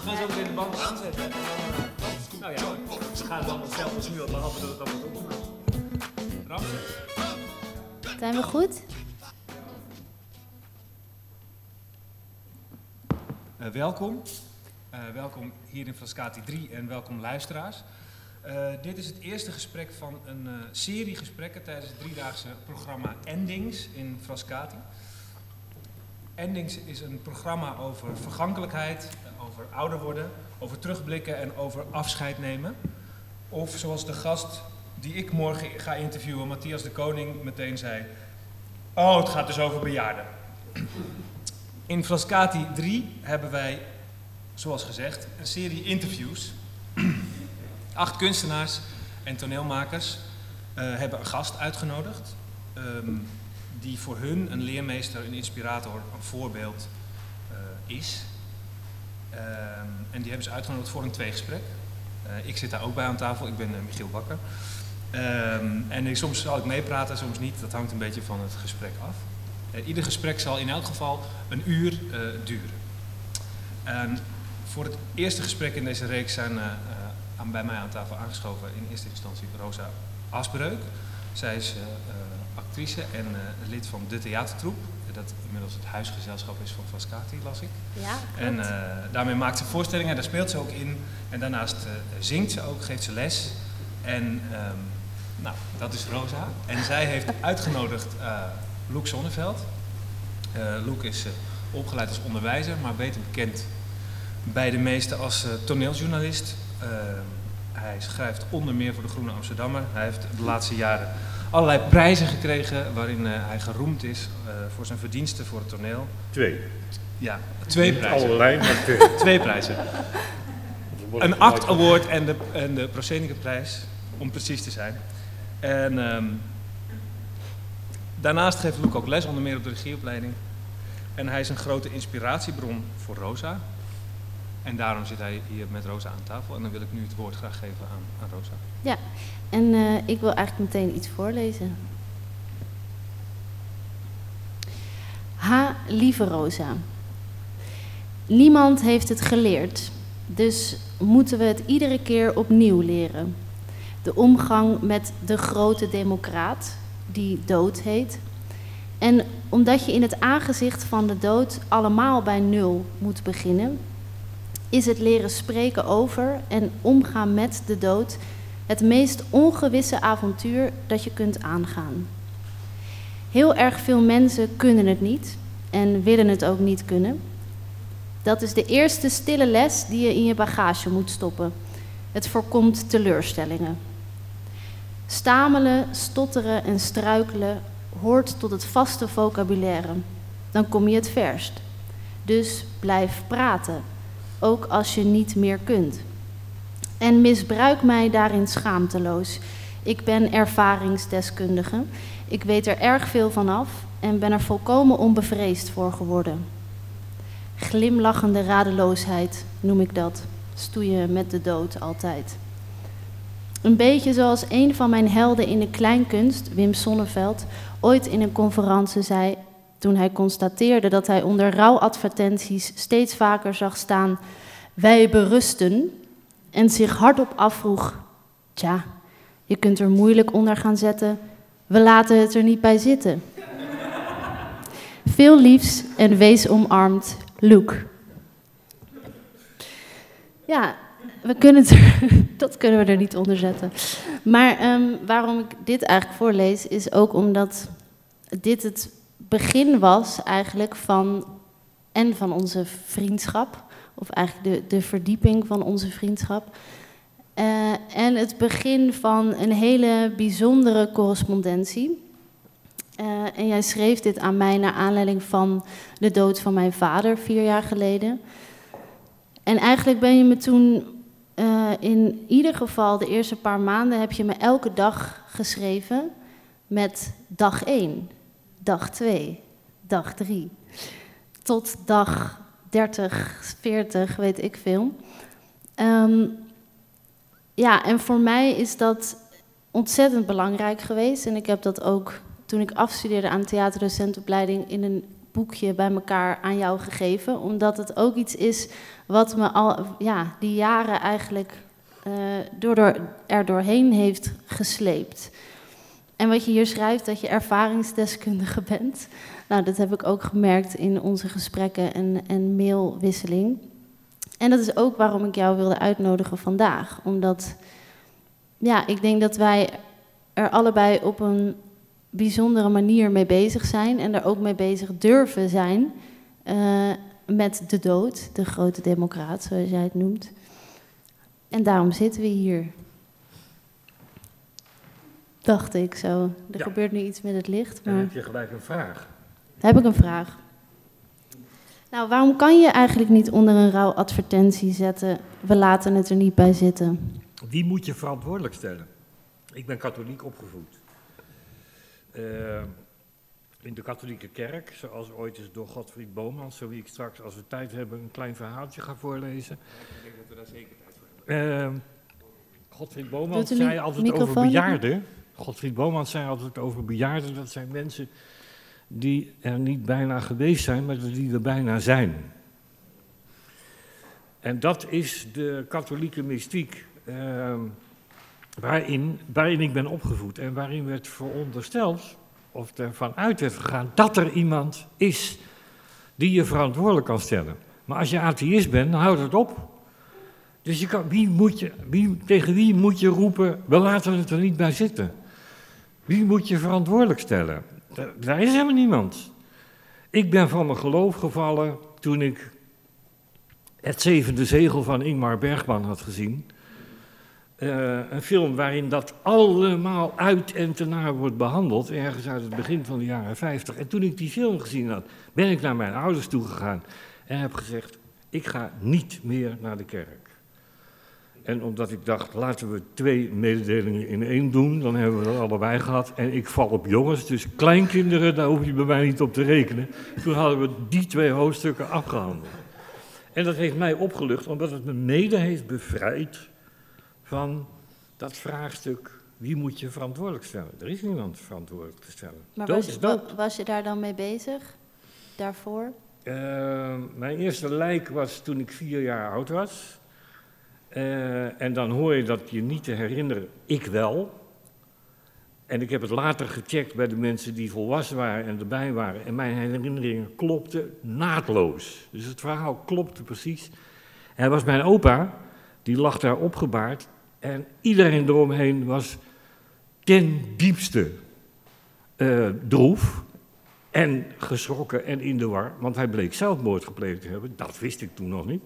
gaan zo meteen de band aanzetten. En dan, nou ja, we gaan het allemaal hetzelfde als nu, behalve dat het allemaal wordt opgenomen. Ramses. Zijn we goed? Welkom. Welkom hier in Frascati 3 en welkom luisteraars. Dit is het eerste gesprek van een serie gesprekken tijdens het driedaagse programma Endings in Frascati. Endings is een programma over vergankelijkheid, over ouder worden, over terugblikken en over afscheid nemen. Of zoals de gast die ik morgen ga interviewen, Matthias de Koning, meteen zei: oh, het gaat dus over bejaarden. In Frascati 3 hebben wij, zoals gezegd, een serie interviews. 8 kunstenaars en toneelmakers hebben een gast uitgenodigd. Die voor hun een leermeester, een inspirator, een voorbeeld is. En die hebben ze uitgenodigd voor een tweegesprek. Ik zit daar ook bij aan tafel, ik ben Michiel Bakker. En soms zal ik meepraten, soms niet. Dat hangt een beetje van het gesprek af. Ieder gesprek zal in elk geval een uur duren. Voor het eerste gesprek in deze reeks zijn bij mij aan tafel aangeschoven in eerste instantie Rosa Asbreuk. Zij is actrice en lid van de theatertroep, dat inmiddels het huisgezelschap is van Frascati, las ik. Ja, en daarmee maakt ze voorstellingen, daar speelt ze ook in. En daarnaast zingt ze ook, geeft ze les. En nou, dat is Rosa. En zij heeft uitgenodigd Loek Sonneveld. Loek is opgeleid als onderwijzer, maar beter bekend bij de meesten als toneeljournalist. Hij schrijft onder meer voor de Groene Amsterdammer. Hij heeft de laatste jaren allerlei prijzen gekregen waarin hij geroemd is voor zijn verdiensten voor het toneel. 2. Ja, 2 prijzen. Allerlei, maar 2. 2 prijzen. Een ACT Award en de Prosenica-prijs, om precies te zijn. En daarnaast geeft Loek ook les, onder meer op de regieopleiding. En hij is een grote inspiratiebron voor Rosa. En daarom zit hij hier met Rosa aan tafel. En dan wil ik nu het woord graag geven aan Rosa. Ja, en ik wil eigenlijk meteen iets voorlezen. Ha, lieve Rosa. Niemand heeft het geleerd, dus moeten we het iedere keer opnieuw leren. De omgang met de grote democraat, die dood heet. En omdat je in het aangezicht van de dood allemaal bij 0 moet beginnen, is het leren spreken over en omgaan met de dood het meest ongewisse avontuur dat je kunt aangaan. Heel erg veel mensen kunnen het niet en willen het ook niet kunnen. Dat is de eerste stille les die je in je bagage moet stoppen. Het voorkomt teleurstellingen. Stamelen, stotteren en struikelen hoort tot het vaste vocabulaire. Dan kom je het verst. Dus blijf praten, ook als je niet meer kunt. En misbruik mij daarin schaamteloos. Ik ben ervaringsdeskundige. Ik weet er erg veel van af en ben er volkomen onbevreesd voor geworden. Glimlachende radeloosheid noem ik dat. Stoeien met de dood altijd. Een beetje zoals een van mijn helden in de kleinkunst, Wim Sonneveld, ooit in een conferentie zei, toen hij constateerde dat hij onder rouwadvertenties steeds vaker zag staan: wij berusten, en zich hardop afvroeg: tja, je kunt er moeilijk onder gaan zetten, we laten het er niet bij zitten. Veel liefs en wees omarmd, Loek. Ja, dat kunnen we er niet onder zetten. Maar waarom ik dit eigenlijk voorlees, is ook omdat dit het begin was eigenlijk van onze vriendschap. Of eigenlijk de verdieping van onze vriendschap. En het begin van een hele bijzondere correspondentie. En jij schreef dit aan mij naar aanleiding van de dood van mijn vader 4 jaar geleden. En eigenlijk ben je me toen, in ieder geval de eerste paar maanden, heb je me elke dag geschreven met dag 1, dag 2, dag 3. Tot dag 30, 40, weet ik veel. Ja, en voor mij is dat ontzettend belangrijk geweest. En ik heb dat ook, toen ik afstudeerde aan de theaterdocentenopleiding, in een boekje bij elkaar aan jou gegeven. Omdat het ook iets is wat me al die jaren eigenlijk er doorheen heeft gesleept. En wat je hier schrijft, dat je ervaringsdeskundige bent. Nou, dat heb ik ook gemerkt in onze gesprekken en mailwisseling. En dat is ook waarom ik jou wilde uitnodigen vandaag. Omdat, ik denk dat wij er allebei op een bijzondere manier mee bezig zijn. En er ook mee bezig durven zijn met de dood, de grote democraat, zoals jij het noemt. En daarom zitten we hier. Dacht ik zo. Er gebeurt nu iets met het licht. Maar... Dan heb je gelijk een vraag. Heb ik een vraag. Nou, waarom kan je eigenlijk niet onder een rouwadvertentie zetten, we laten het er niet bij zitten? Wie moet je verantwoordelijk stellen? Ik ben katholiek opgevoed. In de katholieke kerk, zoals ooit is door Godfried Bomans, zo wie ik straks, als we tijd hebben, een klein verhaaltje ga voorlezen. Ik denk dat we daar zeker tijd voor hebben. Godfried Bomans zei altijd over bejaarden. Godfried Bomans zei altijd over bejaarden, dat zijn mensen die er niet bijna geweest zijn, maar die er bijna zijn. En dat is de katholieke mystiek waarin ik ben opgevoed en waarin werd verondersteld, of ervan uit werd gegaan, dat er iemand is die je verantwoordelijk kan stellen. Maar als je atheïst bent, dan houdt het op. Dus tegen wie moet je roepen, we laten het er niet bij zitten? Wie moet je verantwoordelijk stellen? Daar is helemaal niemand. Ik ben van mijn geloof gevallen toen ik Het Zevende Zegel van Ingmar Bergman had gezien. Een film waarin dat allemaal uit en te naar wordt behandeld, ergens uit het begin van de jaren 50. En toen ik die film gezien had, ben ik naar mijn ouders toegegaan en heb gezegd, ik ga niet meer naar de kerk. En omdat ik dacht, laten we 2 mededelingen in 1 doen, dan hebben we dat allebei gehad. En ik val op jongens, dus kleinkinderen, daar hoef je bij mij niet op te rekenen. Toen hadden we die 2 hoofdstukken afgehandeld. En dat heeft mij opgelucht, omdat het me mede heeft bevrijd van dat vraagstuk, wie moet je verantwoordelijk stellen? Er is niemand verantwoordelijk te stellen. Maar was je daar dan mee bezig, daarvoor? Mijn eerste lijk was toen ik 4 jaar oud was. En dan hoor je dat je niet te herinneren, ik wel. En ik heb het later gecheckt bij de mensen die volwassen waren en erbij waren. En mijn herinneringen klopten naadloos. Dus het verhaal klopte precies. En het was mijn opa, die lag daar opgebaard. En iedereen eromheen was ten diepste droef en geschrokken en in de war. Want hij bleek zelfmoord gepleegd te hebben, dat wist ik toen nog niet.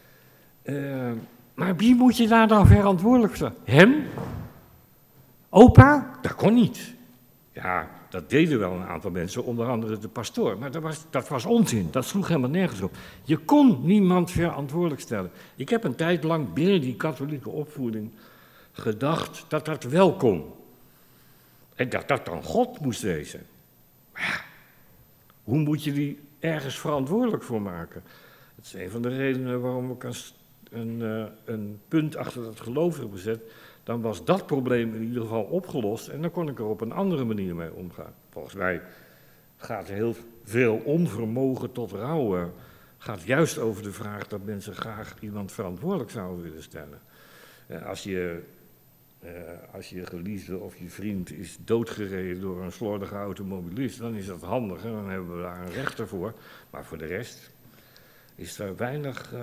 Maar wie moet je daar dan verantwoordelijk stellen? Hem? Opa? Dat kon niet. Ja, dat deden wel een aantal mensen, onder andere de pastoor. Maar dat was onzin, dat sloeg helemaal nergens op. Je kon niemand verantwoordelijk stellen. Ik heb een tijd lang binnen die katholieke opvoeding gedacht dat dat wel kon. En dat dat dan God moest wezen. Maar ja, hoe moet je die ergens verantwoordelijk voor maken? Dat is een van de redenen waarom ik een punt achter dat geloof heb gezet. Dan was dat probleem in ieder geval opgelost en dan kon ik er op een andere manier mee omgaan. Volgens mij gaat heel veel onvermogen tot rouwen, gaat juist over de vraag dat mensen graag iemand verantwoordelijk zouden willen stellen. Als je geliefde of je vriend is doodgereden door een slordige automobilist, dan is dat handig en dan hebben we daar een rechter voor. Maar voor de rest is er weinig,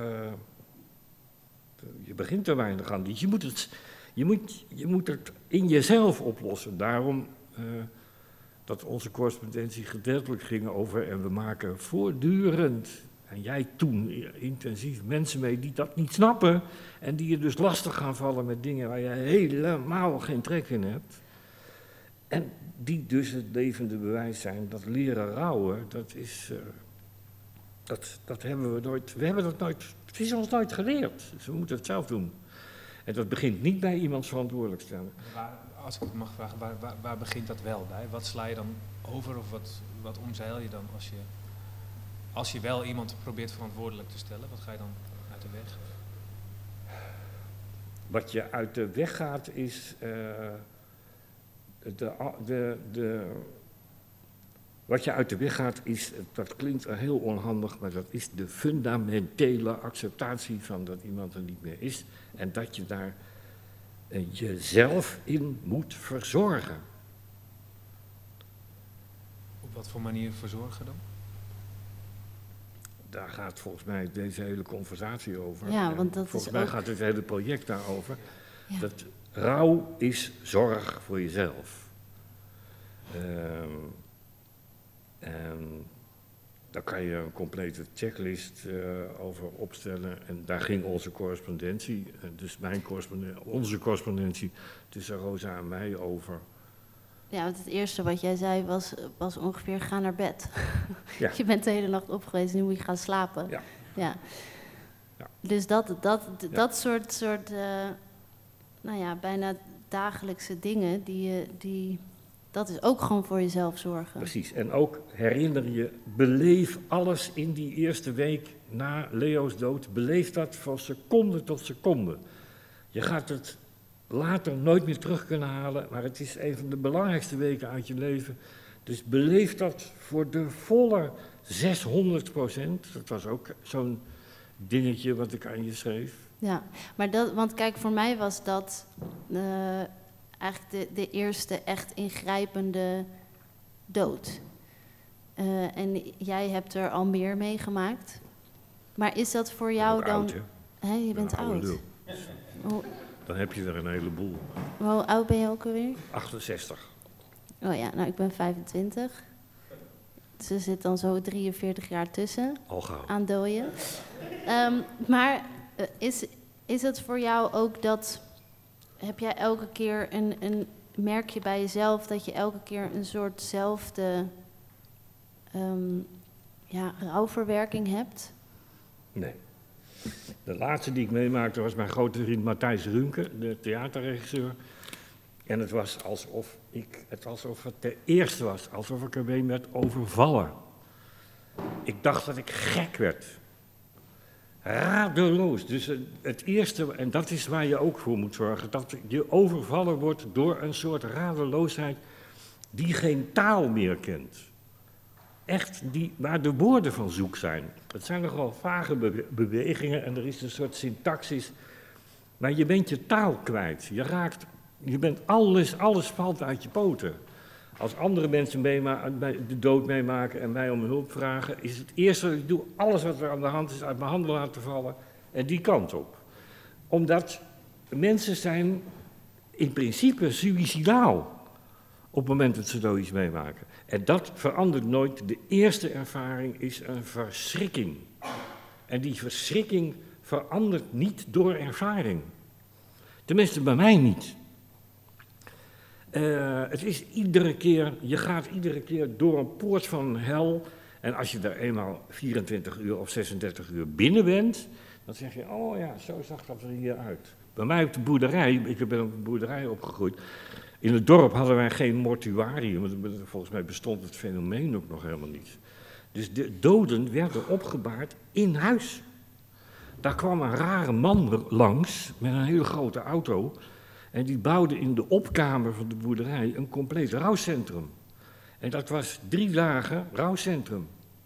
je begint er weinig aan. Dus je moet het in jezelf oplossen. Daarom dat onze correspondentie gedeeltelijk ging over en we maken voortdurend, en jij toen intensief, mensen mee die dat niet snappen en die je dus lastig gaan vallen met dingen waar je helemaal geen trek in hebt. En die dus het levende bewijs zijn dat leren rouwen, dat hebben we nooit, het is ons nooit geleerd, dus we moeten het zelf doen. En dat begint niet bij iemands verantwoordelijk stellen. Als ik het mag vragen, waar begint dat wel bij? Wat sla je dan over of wat omzeil je dan als je wel iemand probeert verantwoordelijk te stellen? Wat ga je dan uit de weg? Wat je uit de weg gaat Wat je uit de weg gaat is, dat klinkt heel onhandig, maar dat is de fundamentele acceptatie van dat iemand er niet meer is. En dat je daar jezelf in moet verzorgen. Op wat voor manier verzorgen dan? Daar gaat volgens mij deze hele conversatie over. Ja, want dat volgens is mij ook... gaat het hele project daarover. Ja. Dat rouw is zorg voor jezelf. En daar kan je een complete checklist over opstellen. En daar ging onze correspondentie, onze correspondentie tussen Rosa en mij over. Ja, want het eerste wat jij zei was ongeveer ga naar bed. Ja. Je bent de hele nacht op geweest, nu moet je gaan slapen. Ja. Ja. Ja. Dus dat soort nou ja, bijna dagelijkse dingen, dat is ook gewoon voor jezelf zorgen. Precies, en ook herinner je, beleef alles in die eerste week na Leo's dood. Beleef dat van seconde tot seconde. Je gaat het later nooit meer terug kunnen halen, maar het is een van de belangrijkste weken uit je leven. Dus beleef dat voor de volle 600%. Dat was ook zo'n dingetje wat ik aan je schreef. Ja, maar want kijk, voor mij was dat eigenlijk de eerste echt ingrijpende dood. En jij hebt er al meer meegemaakt. Maar is dat voor jou dan... Oud, hè? Je bent Een oude oud. lul. Dan heb je er een heleboel. Hoe oud ben je ook alweer? 68. Oh ja, nou ik ben 25. Dus er zit dan zo 43 jaar tussen Al gauw. aan dooien. Maar is het voor jou ook dat... Heb jij elke keer merk je bij jezelf dat je elke keer een soortzelfde rouwverwerking hebt? Nee. De laatste die ik meemaakte was mijn grote vriend Matthijs Runke, de theaterregisseur. En het was alsof het de eerste was, alsof ik ermee werd overvallen. Ik dacht dat ik gek werd. Radeloos. Dus het eerste, en dat is waar je ook voor moet zorgen, dat je overvallen wordt door een soort radeloosheid die geen taal meer kent. Echt, waar de woorden van zoek zijn. Het zijn nogal vage bewegingen en er is een soort syntaxis. Maar je bent je taal kwijt. Alles valt uit je poten. Als andere mensen de dood meemaken en wij om hulp vragen, is het eerste wat ik doe, alles wat er aan de hand is, uit mijn handen laten vallen en die kant op. Omdat mensen zijn in principe suïcidaal op het moment dat ze zoiets meemaken. En dat verandert nooit. De eerste ervaring is een verschrikking. En die verschrikking verandert niet door ervaring. Tenminste, bij mij niet. Het is je gaat iedere keer door een poort van hel. En als je er eenmaal 24 uur of 36 uur binnen bent, dan zeg je, oh ja, zo zag dat er hier uit. Bij mij op de boerderij, ik ben op een boerderij opgegroeid. In het dorp hadden wij geen mortuarium, volgens mij bestond het fenomeen ook nog helemaal niet. Dus de doden werden opgebaard in huis. Daar kwam een rare man langs met een hele grote auto. En die bouwde in de opkamer van de boerderij een compleet rouwcentrum. En dat was 3 dagen rouwcentrum.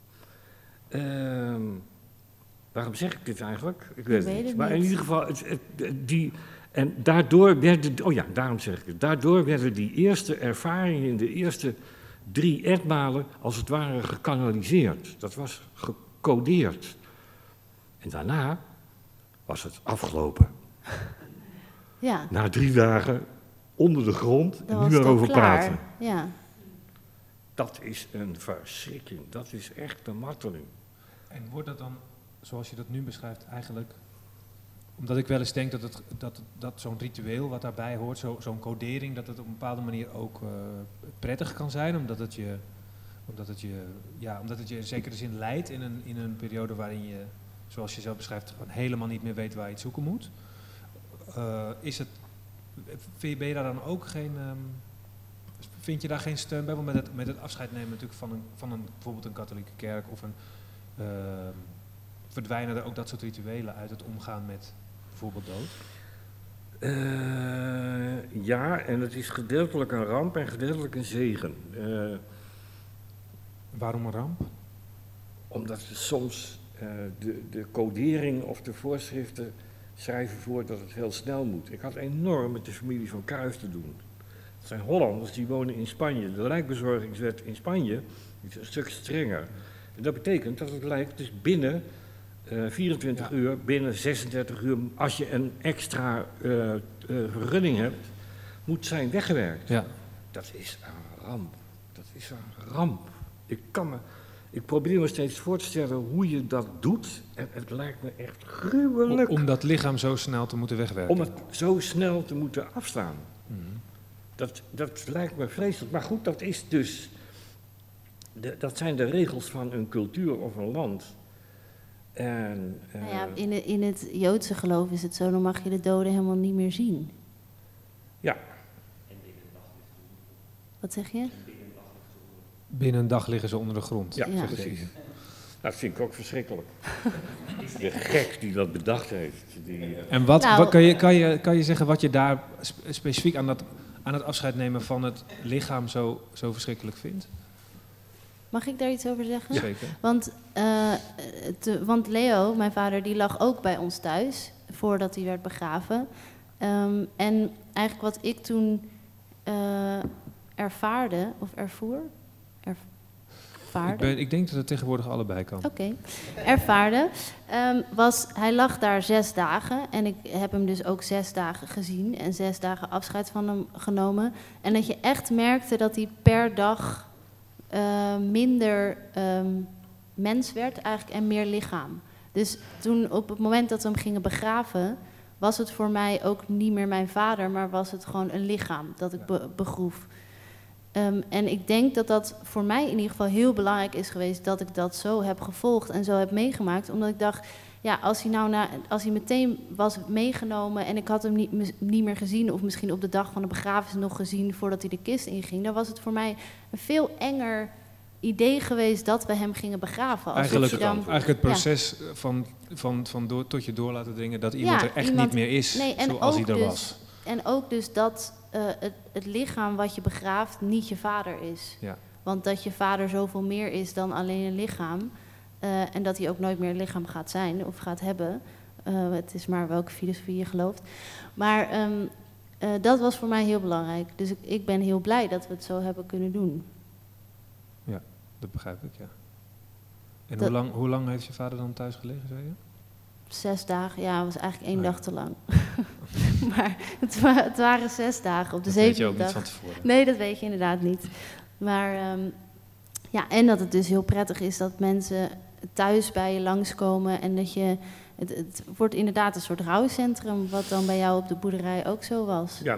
Waarom zeg ik dit eigenlijk? Ik weet het niet. Maar in ieder geval, en daardoor daardoor werden die eerste ervaringen in de eerste 3 etmalen als het ware gekanaliseerd. Dat was gecodeerd. En daarna was het afgelopen. Ja. Na 3 dagen onder de grond Dan en was nu het erover al klaar. praten. Ja. Dat is een verschrikking. Dat is echt een marteling. En wordt dat dan, zoals je dat nu beschrijft, eigenlijk... Omdat ik wel eens denk dat zo'n ritueel wat daarbij hoort, zo'n codering, dat het op een bepaalde manier ook prettig kan zijn, omdat het je in zekere zin leidt in een periode waarin je, zoals je zelf beschrijft, gewoon helemaal niet meer weet waar je het zoeken moet. Ben je daar dan ook vind je daar geen steun bij? Want met het afscheid nemen natuurlijk van bijvoorbeeld een katholieke kerk of verdwijnen er ook dat soort rituelen uit het omgaan met bijvoorbeeld dood? Ja, en het is gedeeltelijk een ramp en gedeeltelijk een zegen. Waarom een ramp? Omdat soms de codering of de voorschriften schrijven voor dat het heel snel moet. Ik had enorm met de familie van Cruijff te doen. Dat zijn Hollanders, die wonen in Spanje. De lijkbezorgingswet in Spanje is een stuk strenger. En dat betekent dat het lijk dus binnen 24 uur, binnen 36 uur, als je een extra vergunning hebt, moet zijn weggewerkt. Ja. Dat is een ramp. Dat is een ramp. Ik probeer me steeds voor te stellen hoe je dat doet. En het lijkt me echt gruwelijk. Om dat lichaam zo snel te moeten wegwerken. Om het zo snel te moeten afstaan. Mhm. Dat lijkt me vreselijk. Maar goed, dat is dus... dat zijn de regels van een cultuur of een land. En, Nou ja, in het Joodse geloof is het zo, dan mag je de doden helemaal niet meer zien. Ja. Wat zeg je? Binnen een dag liggen ze onder de grond. Ja, Ja. precies. Dat vind ik ook verschrikkelijk. De gek die dat bedacht heeft. En wat Nou, kan je zeggen wat je daar specifiek aan het afscheid nemen van het lichaam zo verschrikkelijk vindt? Mag ik daar iets over zeggen? Zeker. Want Leo, mijn vader, die lag ook bij ons thuis voordat hij werd begraven. En eigenlijk wat ik toen ervaarde, of ervoer? Ervaarde? Ik denk dat het tegenwoordig allebei kan. Oké. Ervaarde, was, hij lag daar 6 dagen en ik heb hem dus ook 6 dagen gezien en 6 dagen afscheid van hem genomen. En dat je echt merkte dat hij per dag minder mens werd eigenlijk en meer lichaam. Dus toen op het moment dat we hem gingen begraven, was het voor mij ook niet meer mijn vader, maar was het gewoon een lichaam dat ik begroef. En ik denk dat dat voor mij in ieder geval heel belangrijk is geweest dat ik dat zo heb gevolgd en zo heb meegemaakt. Omdat ik dacht, ja, als hij meteen was meegenomen en ik had hem niet meer gezien, of misschien op de dag van de begrafenis nog gezien voordat hij de kist inging, dan was het voor mij een veel enger idee geweest dat we hem gingen begraven. Eigenlijk het proces van tot je door laten dringen dat iemand er echt niet meer is zoals hij er was. En ook dus dat het lichaam wat je begraaft niet je vader is. Ja. Want dat je vader zoveel meer is dan alleen een lichaam. En dat hij ook nooit meer een lichaam gaat zijn of gaat hebben. Het is maar welke filosofie je gelooft. Maar dat was voor mij heel belangrijk. Dus ik ben heel blij dat we het zo hebben kunnen doen. Ja, dat begrijp ik, ja. En hoe lang heeft je vader dan thuis gelegen, zei je? 6 dagen, ja, was eigenlijk 1 dag te lang. Maar het waren 6 dagen op de 7e dag. Dat weet je ook niet van tevoren. Nee, dat weet je inderdaad niet. Maar ja, en dat het dus heel prettig is dat mensen thuis bij je langskomen en dat je... Het wordt inderdaad een soort rouwcentrum, wat dan bij jou op de boerderij ook zo was. Ja,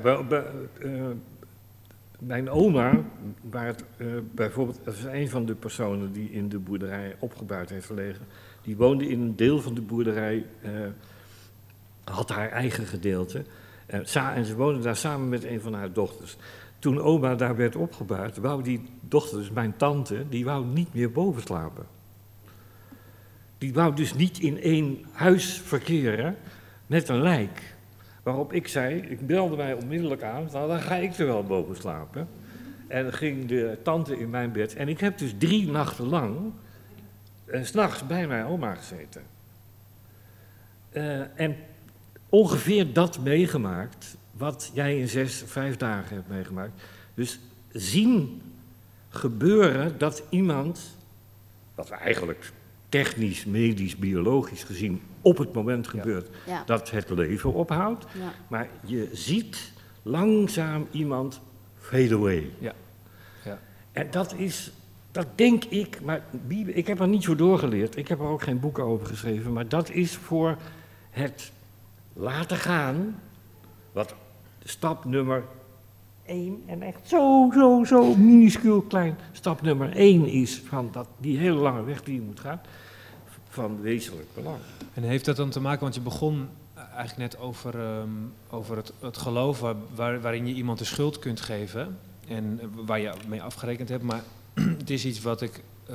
mijn oma, bijvoorbeeld, dat is een van de personen die in de boerderij opgebaard heeft gelegen. Die woonde in een deel van de boerderij, had haar eigen gedeelte. En ze woonde daar samen met een van haar dochters. Toen oma daar werd opgebaard, wou die dochter, dus mijn tante, die wou niet meer boven slapen. Die wou dus niet in één huis verkeren met een lijk. Waarop ik zei, ik belde mij onmiddellijk aan, nou dan ga ik er wel boven slapen. En ging de tante in mijn bed. En ik heb dus 3 nachten lang 's nachts bij mijn oma gezeten. En ongeveer dat meegemaakt, wat jij in 5 dagen hebt meegemaakt. Dus zien gebeuren dat iemand, wat we eigenlijk technisch, medisch, biologisch gezien op het moment gebeurt dat het leven ophoudt. Ja. Maar je ziet langzaam iemand fade away. Ja. Ja. En dat denk ik, maar ik heb er niet voor doorgeleerd. Ik heb er ook geen boeken over geschreven. Maar dat is voor het laten gaan, wat stap nummer 1, en echt zo minuscuul klein stap nummer 1 is van die hele lange weg die je moet gaan, van wezenlijk belang. En heeft dat dan te maken, want je begon eigenlijk net over het geloof waarin je iemand de schuld kunt geven en waar je mee afgerekend hebt, maar het is iets wat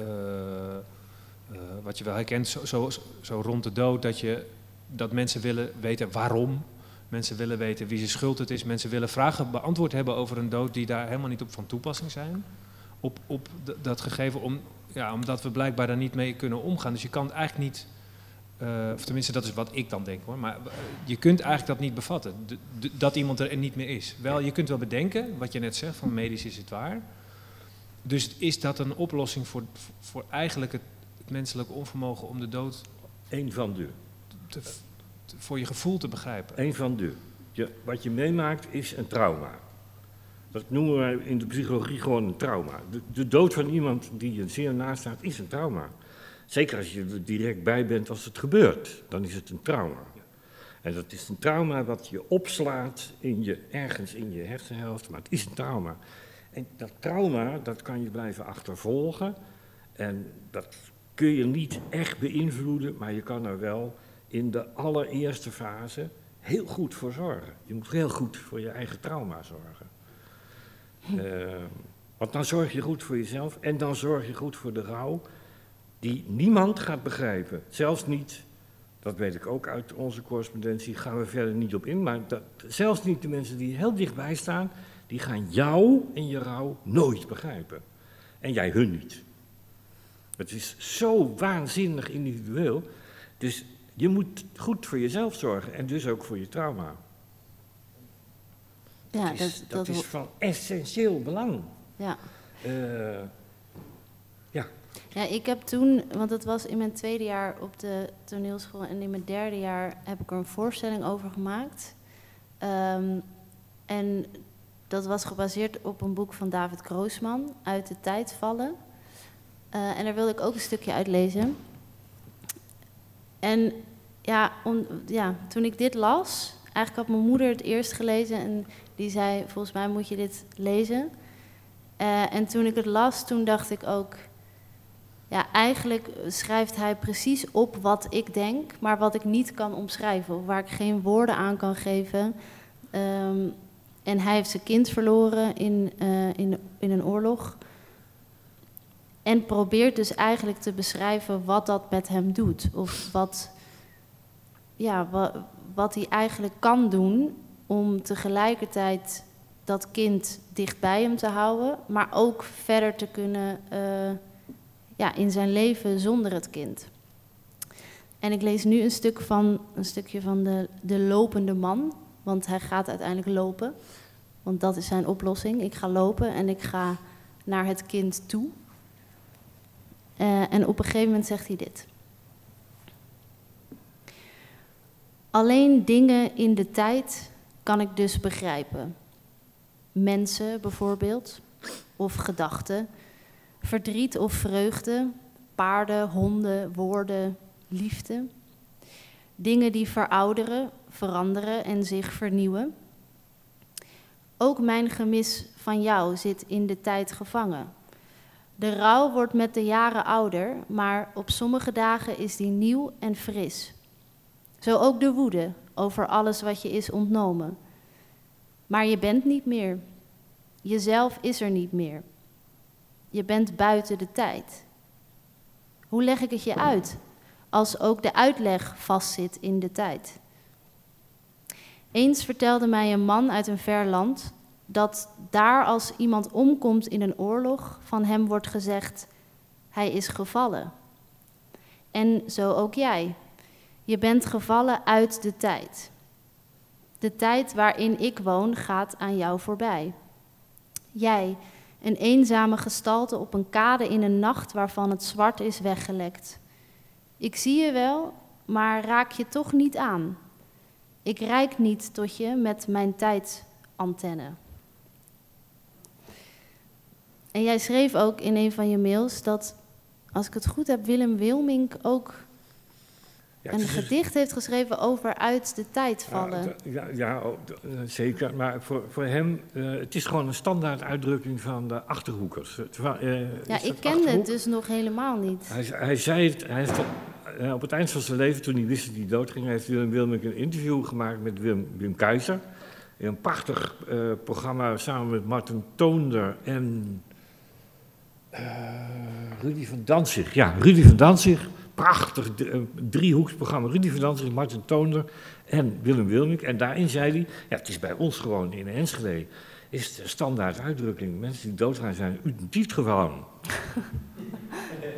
wat je wel herkent, zo rond de dood, dat mensen willen weten waarom, mensen willen weten wie zijn schuld het is, mensen willen vragen beantwoord hebben over een dood die daar helemaal niet op van toepassing zijn, op dat gegeven, omdat we blijkbaar daar niet mee kunnen omgaan. Dus je kan het eigenlijk niet, of tenminste dat is wat ik dan denk hoor, maar je kunt eigenlijk dat niet bevatten, dat iemand er niet meer is. Wel, je kunt wel bedenken, wat je net zegt, van medisch is het waar. Dus is dat een oplossing voor eigenlijk het menselijke onvermogen om de dood Eén van de. voor je gevoel te begrijpen? Eén van de. Wat je meemaakt is een trauma. Dat noemen wij in de psychologie gewoon een trauma. De dood van iemand die je zeer naast staat is een trauma. Zeker als je er direct bij bent als het gebeurt, dan is het een trauma. En dat is een trauma wat je opslaat ergens in je hersenhelft, maar het is een trauma. En dat trauma, dat kan je blijven achtervolgen en dat kun je niet echt beïnvloeden, maar je kan er wel in de allereerste fase heel goed voor zorgen. Je moet heel goed voor je eigen trauma zorgen. Want dan zorg je goed voor jezelf en dan zorg je goed voor de rouw die niemand gaat begrijpen. Zelfs niet, dat weet ik ook uit onze correspondentie, gaan we verder niet op in, maar zelfs niet de mensen die heel dichtbij staan, die gaan jou en je rouw nooit begrijpen. En jij hun niet. Het is zo waanzinnig individueel, dus je moet goed voor jezelf zorgen en dus ook voor je trauma. Ja, dat is van essentieel belang. Ja. Ja. Ja, ik heb toen, want het was in mijn tweede jaar op de toneelschool en in mijn derde jaar heb ik er een voorstelling over gemaakt. En dat was gebaseerd op een boek van David Groosman, Uit de tijd vallen. En daar wilde ik ook een stukje uit lezen. En toen ik dit las, eigenlijk had mijn moeder het eerst gelezen en die zei, volgens mij moet je dit lezen. En toen ik het las, toen dacht ik ook, ja, eigenlijk schrijft hij precies op wat ik denk, maar wat ik niet kan omschrijven, of waar ik geen woorden aan kan geven. En hij heeft zijn kind verloren in een oorlog. En probeert dus eigenlijk te beschrijven wat dat met hem doet. Of wat hij eigenlijk kan doen om tegelijkertijd dat kind dicht bij hem te houden, maar ook verder te kunnen in zijn leven zonder het kind. En ik lees nu een stukje van de lopende man, want hij gaat uiteindelijk lopen. Want dat is zijn oplossing. Ik ga lopen en ik ga naar het kind toe. En op een gegeven moment zegt hij dit. Alleen dingen in de tijd kan ik dus begrijpen. Mensen bijvoorbeeld, of gedachten, verdriet of vreugde, paarden, honden, woorden, liefde. Dingen die verouderen, veranderen en zich vernieuwen. Ook mijn gemis van jou zit in de tijd gevangen. De rouw wordt met de jaren ouder, maar op sommige dagen is die nieuw en fris. Zo ook de woede over alles wat je is ontnomen. Maar je bent niet meer. Jezelf is er niet meer. Je bent buiten de tijd. Hoe leg ik het je uit, als ook de uitleg vastzit in de tijd? Eens vertelde mij een man uit een ver land dat daar als iemand omkomt in een oorlog, van hem wordt gezegd, hij is gevallen. En zo ook jij. Je bent gevallen uit de tijd. De tijd waarin ik woon gaat aan jou voorbij. Jij, een eenzame gestalte op een kade in een nacht waarvan het zwart is weggelekt. Ik zie je wel, maar raak je toch niet aan. Ik reik niet tot je met mijn tijdantenne. En jij schreef ook in een van je mails dat, als ik het goed heb, Willem Wilmink ook een gedicht heeft geschreven over uit de tijd vallen. Zeker. Maar voor hem, het is gewoon een standaard uitdrukking van de Achterhoekers. Ik kende het dus nog helemaal niet. Hij zei het, op het eind van zijn leven, toen hij wist dat hij doodging, heeft Willem Wilmink een interview gemaakt met Wim Keizer. In een prachtig programma samen met Marten Toonder en Rudy van Danzig. Ja, Rudy van Danzig. Prachtig driehoeksprogramma. Rudy van Danzig, Marten Toonder en Willem Wilmink. En daarin zei hij, ja, het is bij ons gewoon in Enschede, is de standaard uitdrukking. Mensen die doodgaan zijn, u niet gewoon.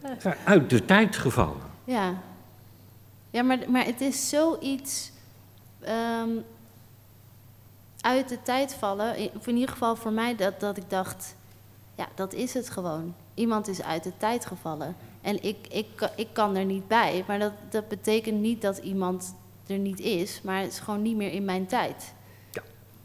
Zijn uit de tijd gevallen. Ja. Ja, maar het is zoiets uit de tijd vallen. Of in ieder geval voor mij dat ik dacht, ja, dat is het gewoon. Iemand is uit de tijd gevallen. En ik kan er niet bij. Maar dat betekent niet dat iemand er niet is. Maar het is gewoon niet meer in mijn tijd. Ja.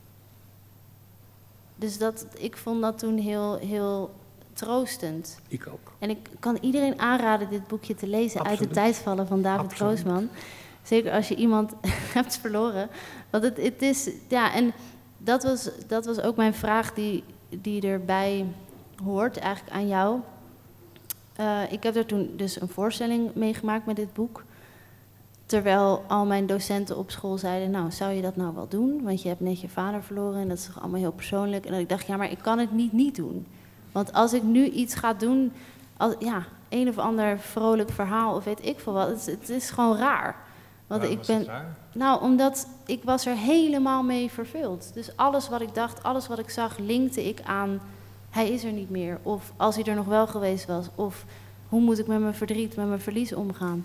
Dus ik vond dat toen heel, heel troostend. Ik ook. En ik kan iedereen aanraden dit boekje te lezen. Absoluut. Uit de tijd vallen van David Absoluut. Groosman. Zeker als je iemand hebt verloren. Want het is, ja, en dat was ook mijn vraag die erbij hoort, eigenlijk aan jou. Ik heb er toen dus een voorstelling meegemaakt met dit boek. Terwijl al mijn docenten op school zeiden, nou, zou je dat nou wel doen? Want je hebt net je vader verloren en dat is toch allemaal heel persoonlijk. En dat ik dacht, ja, maar ik kan het niet doen. Want als ik nu iets ga doen, een of ander vrolijk verhaal of weet ik veel wat, het is gewoon raar. Want Waarom was het raar? Nou, omdat ik was er helemaal mee vervuld. Dus alles wat ik dacht, alles wat ik zag, linkte ik aan, hij is er niet meer. Of als hij er nog wel geweest was. Of hoe moet ik met mijn verdriet, met mijn verlies omgaan.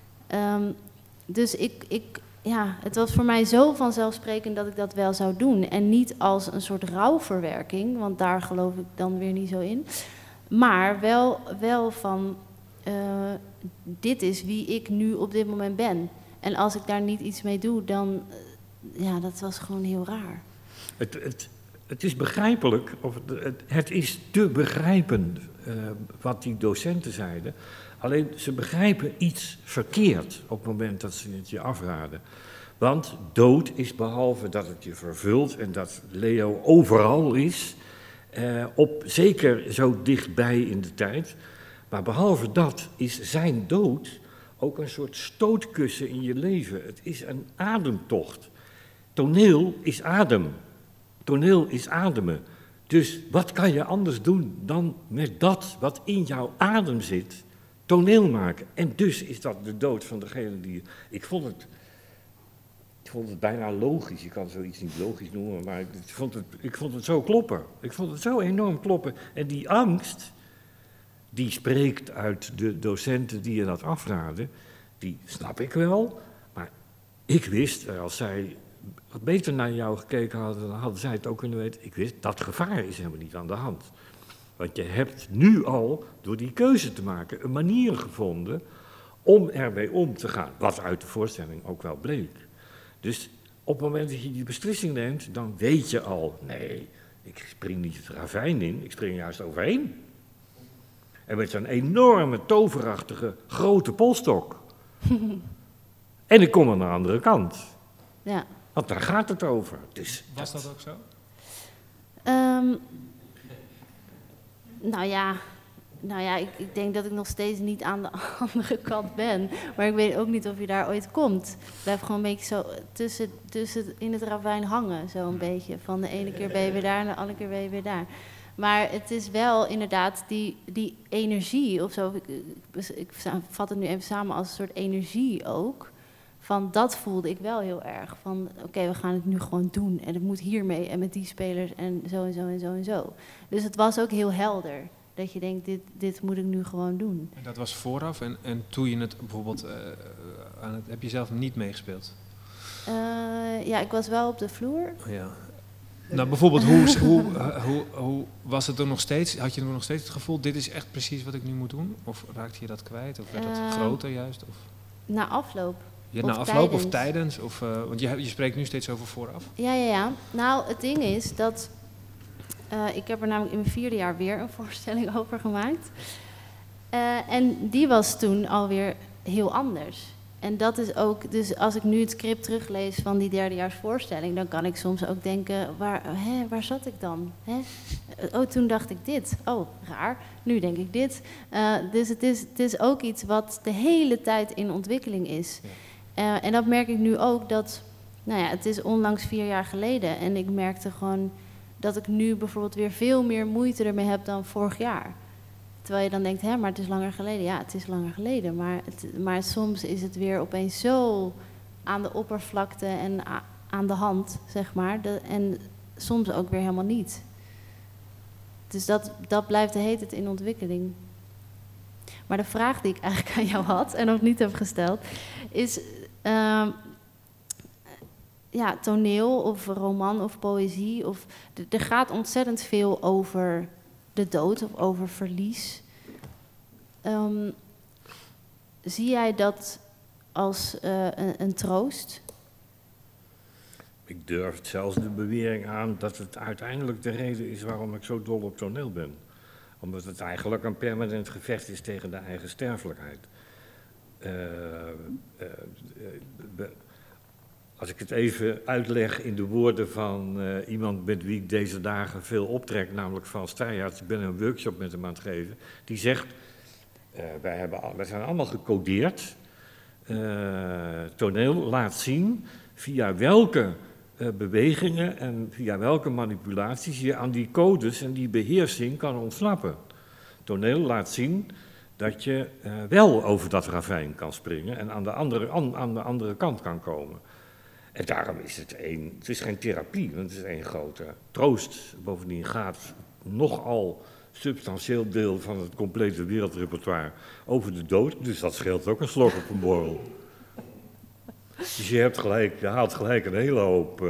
Dus het was voor mij zo vanzelfsprekend dat ik dat wel zou doen. En niet als een soort rouwverwerking, want daar geloof ik dan weer niet zo in. Maar wel van, dit is wie ik nu op dit moment ben. En als ik daar niet iets mee doe, dan, dat was gewoon heel raar. Het is begrijpelijk, of het is te begrijpen wat die docenten zeiden. Alleen ze begrijpen iets verkeerd op het moment dat ze het je afraden. Want dood is, behalve dat het je vervult en dat Leo overal is, zeker zo dichtbij in de tijd. Maar behalve dat is zijn dood ook een soort stootkussen in je leven. Het is een ademtocht. Toneel is adem. Toneel is ademen. Dus wat kan je anders doen dan met dat wat in jouw adem zit, toneel maken? En dus is dat de dood van degene die... Ik vond het bijna logisch. Je kan zoiets niet logisch noemen, maar ik vond het zo kloppen. Ik vond het zo enorm kloppen. En die angst, die spreekt uit de docenten die je dat afraden, die snap ik wel. Maar ik wist, als zij beter naar jou gekeken hadden, dan hadden zij het ook kunnen weten. Ik wist, dat gevaar is helemaal niet aan de hand. Want je hebt nu al, door die keuze te maken, een manier gevonden om ermee om te gaan. Wat uit de voorstelling ook wel bleek. Dus op het moment dat je die beslissing neemt, dan weet je al, nee, ik spring niet het ravijn in, ik spring juist overheen. En met zo'n enorme, toverachtige, grote polstok. En ik kom aan de andere kant. Ja. Want daar gaat het over. Dus Was dat ook zo? Ik denk dat ik nog steeds niet aan de andere kant ben. Maar ik weet ook niet of je daar ooit komt. Ik blijf gewoon een beetje zo tussen in het ravijn hangen, zo een beetje. Van de ene keer ben je weer daar en de andere keer ben je weer daar. Maar het is wel inderdaad die energie of zo. Ik vat het nu even samen als een soort energie ook. Van dat voelde ik wel heel erg. Van oké, we gaan het nu gewoon doen. En het moet hiermee en met die spelers en zo en zo en zo en zo. Dus het was ook heel helder. Dat je denkt, dit moet ik nu gewoon doen. En dat was vooraf en toen je het bijvoorbeeld heb je zelf niet meegespeeld? Ik was wel op de vloer. Ja. Nou, bijvoorbeeld, hoe was het er nog steeds? Had je er nog steeds het gevoel, dit is echt precies wat ik nu moet doen? Of raakte je dat kwijt? Of werd het groter juist? Of? Na afloop. Ja, na afloop of tijdens? Want je spreekt nu steeds over vooraf. Ja. Nou, het ding is dat... ik heb er namelijk in mijn 4e jaar weer een voorstelling over gemaakt. En die was toen alweer heel anders. En dat is ook, dus als ik nu het script teruglees van die derdejaarsvoorstelling, dan kan ik soms ook denken, waar zat ik dan? Toen dacht ik dit. Oh, raar. Nu denk ik dit. Dus het is ook iets wat de hele tijd in ontwikkeling is. Ja. En dat merk ik nu ook, dat, het is onlangs 4 jaar geleden. En ik merkte gewoon dat ik nu bijvoorbeeld weer veel meer moeite ermee heb dan vorig jaar. Terwijl je dan denkt, maar het is langer geleden. Ja, het is langer geleden. Maar soms is het weer opeens zo aan de oppervlakte en aan de hand, zeg maar. En soms ook weer helemaal niet. Dus dat blijft de hele tijd in ontwikkeling. Maar de vraag die ik eigenlijk aan jou had en nog niet heb gesteld, is toneel of roman of poëzie. Er gaat ontzettend veel over de dood of over verlies. Zie jij dat als een troost? Ik durf zelfs de bewering aan dat het uiteindelijk de reden is waarom ik zo dol op toneel ben. Omdat het eigenlijk een permanent gevecht is tegen de eigen sterfelijkheid. Als ik het even uitleg in de woorden van iemand met wie ik deze dagen veel optrek, namelijk Frans Strijhaerts, ik ben een workshop met hem aan het geven, die zegt, wij zijn allemaal gecodeerd. Toneel laat zien via welke bewegingen en via welke manipulaties je aan die codes en die beheersing kan ontsnappen. Toneel laat zien dat je wel over dat ravijn kan springen en aan de andere kant kan komen. En daarom is het is geen therapie, want het is één grote troost. Bovendien gaat nogal substantieel deel van het complete wereldrepertoire over de dood, dus dat scheelt ook een slok op een borrel. Dus je haalt gelijk een hele hoop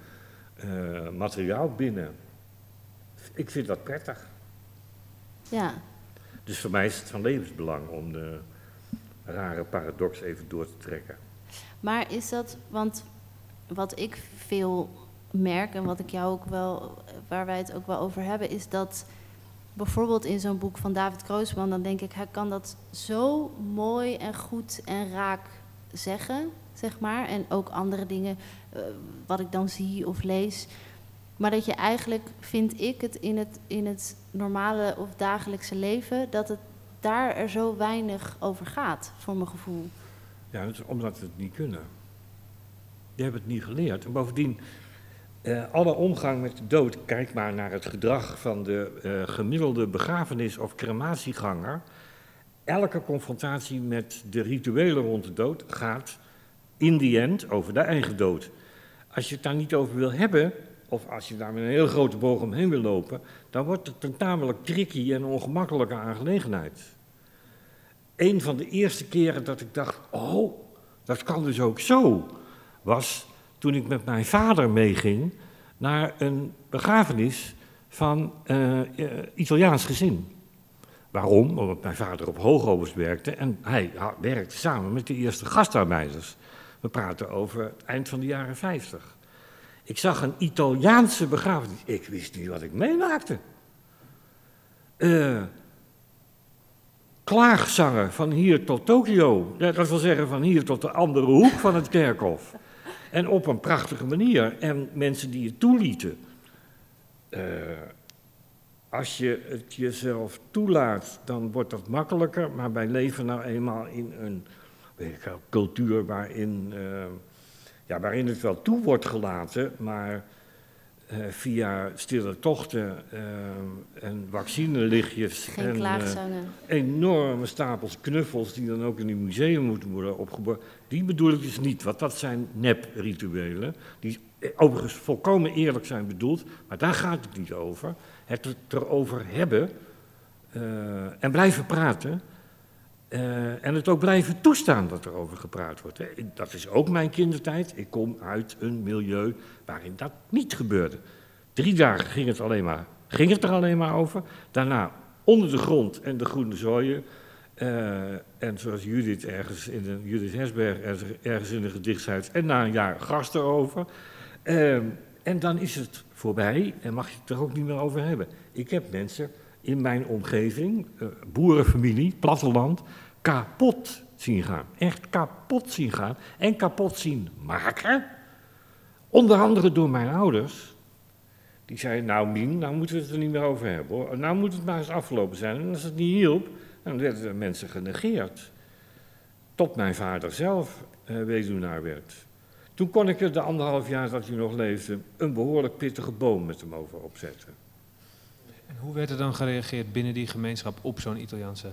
materiaal binnen. Ik vind dat prettig. Ja. Dus voor mij is het van levensbelang om de rare paradox even door te trekken. Maar is dat, want wat ik veel merk en wat ik jou ook wel, waar wij het ook wel over hebben, is dat bijvoorbeeld in zo'n boek van David Kroosman, dan denk ik, hij kan dat zo mooi en goed en raak zeggen, zeg maar. En ook andere dingen, wat ik dan zie of lees. Maar dat je eigenlijk, vind ik het in het normale of dagelijkse leven, dat het daar er zo weinig over gaat, voor mijn gevoel. Ja, dat is omdat we het niet kunnen. Die hebben het niet geleerd. En bovendien, alle omgang met de dood, kijk maar naar het gedrag van de gemiddelde begrafenis- of crematieganger. Elke confrontatie met de rituelen rond de dood gaat in the end over de eigen dood. Als je het daar niet over wil hebben, of als je daar met een heel grote boog omheen wil lopen, dan wordt het een tamelijk tricky en ongemakkelijke aangelegenheid. Een van de eerste keren dat ik dacht, oh, dat kan dus ook zo, was toen ik met mijn vader meeging naar een begrafenis van Italiaans gezin. Waarom? Omdat mijn vader op Hoogovens werkte en hij werkte samen met de eerste gastarbeiders. We praten over het eind van de jaren 50. Ik zag een Italiaanse begrafenis. Ik wist niet wat ik meemaakte. Klaagzanger van hier tot Tokio. Dat wil zeggen van hier tot de andere hoek van het kerkhof. En op een prachtige manier. En mensen die het toelieten. Als je het jezelf toelaat, dan wordt dat makkelijker. Maar wij leven nou eenmaal in een cultuur waarin het wel toe wordt gelaten, maar via stille tochten en vaccinelichtjes en enorme stapels knuffels die dan ook in een museum moeten worden opgebouwd, die bedoel ik dus niet, want dat zijn nep-rituelen, die overigens volkomen eerlijk zijn bedoeld, maar daar gaat het niet over. Het erover hebben en blijven praten. En het ook blijven toestaan dat er over gepraat wordt. Hè. Dat is ook mijn kindertijd. Ik kom uit een milieu waarin dat niet gebeurde. 3 dagen ging het er alleen maar over. Daarna onder de grond en de groene zooien. En zoals Judith Hesberg ergens in een gedicht schrijft. En na een jaar gras erover. En dan is het voorbij en mag je het er ook niet meer over hebben. Ik heb mensen in mijn omgeving, boerenfamilie, platteland, kapot zien gaan. Echt kapot zien gaan en kapot zien maken. Onder andere door mijn ouders. Die zeiden, nou Mien, nou moeten we het er niet meer over hebben hoor. Nou moet het maar eens afgelopen zijn. En als het niet hielp, dan werden de mensen genegeerd. Tot mijn vader zelf weduwnaar werd. Toen kon ik er de 1,5 jaar dat hij nog leefde een behoorlijk pittige boom met hem over opzetten. En hoe werd er dan gereageerd binnen die gemeenschap op zo'n Italiaanse...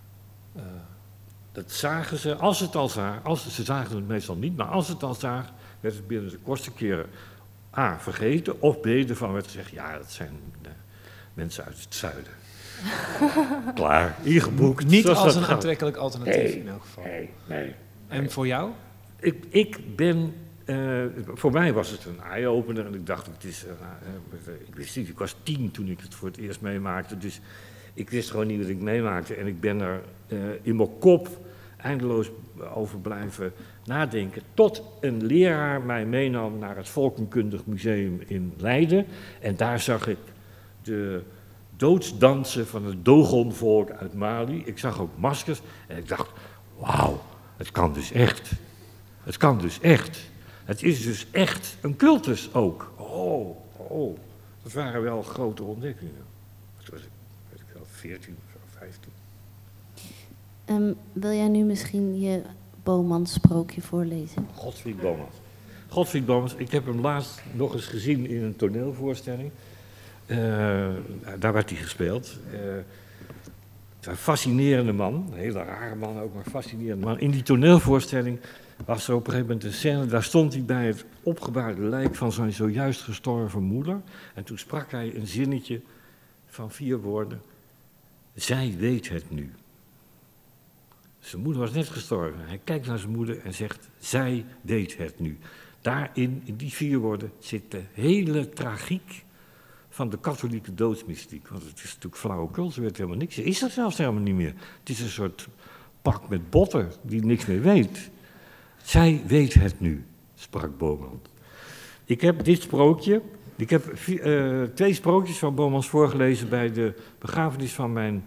Dat zagen ze, als ze het al zagen, ze zagen het meestal niet, maar als ze het al zagen, werd het binnen de kortste keren A, vergeten, of B, ervan werd gezegd, ja, dat zijn mensen uit het zuiden. Klaar, ingeboekt. Niet zoals als dat een gaat. aantrekkelijk alternatief in elk geval. Nee. En voor jou? Ik ben, voor mij was het een eye-opener en ik dacht, ik wist niet, ik was 10 toen ik het voor het eerst meemaakte, dus ik wist gewoon niet wat ik meemaakte en ik ben er in mijn kop eindeloos over blijven nadenken, tot een leraar mij meenam naar het Volkenkundig Museum in Leiden en daar zag ik de doodsdansen van het Dogonvolk uit Mali. Ik zag ook maskers en ik dacht, wauw, het kan dus echt. Het kan dus echt. Het is dus echt een cultus ook. Oh, dat waren wel grote ontdekkingen. Toen was ik, weet ik wel, 14 of 15. Wil jij nu misschien je Boman-sprookje voorlezen? Godfried Bomans, ik heb hem laatst nog eens gezien in een toneelvoorstelling. Daar werd hij gespeeld. Het was een fascinerende man, een hele rare man ook, maar fascinerende man. In die toneelvoorstelling was er op een gegeven moment een scène, daar stond hij bij het opgebaarde lijk van zijn zojuist gestorven moeder. En toen sprak hij een zinnetje van 4 woorden. Zij weet het nu. Zijn moeder was net gestorven. Hij kijkt naar zijn moeder en zegt, zij weet het nu. Daarin, in die 4 woorden, zit de hele tragiek van de katholieke doodsmystiek. Want het is natuurlijk flauwekul, ze weet helemaal niks. Ze is er zelfs helemaal niet meer. Het is een soort pak met botten die niks meer weet. Zij weet het nu, sprak Bomans. Ik heb dit sprookje, ik heb 2 sprookjes van Bomans voorgelezen bij de begrafenis van mijn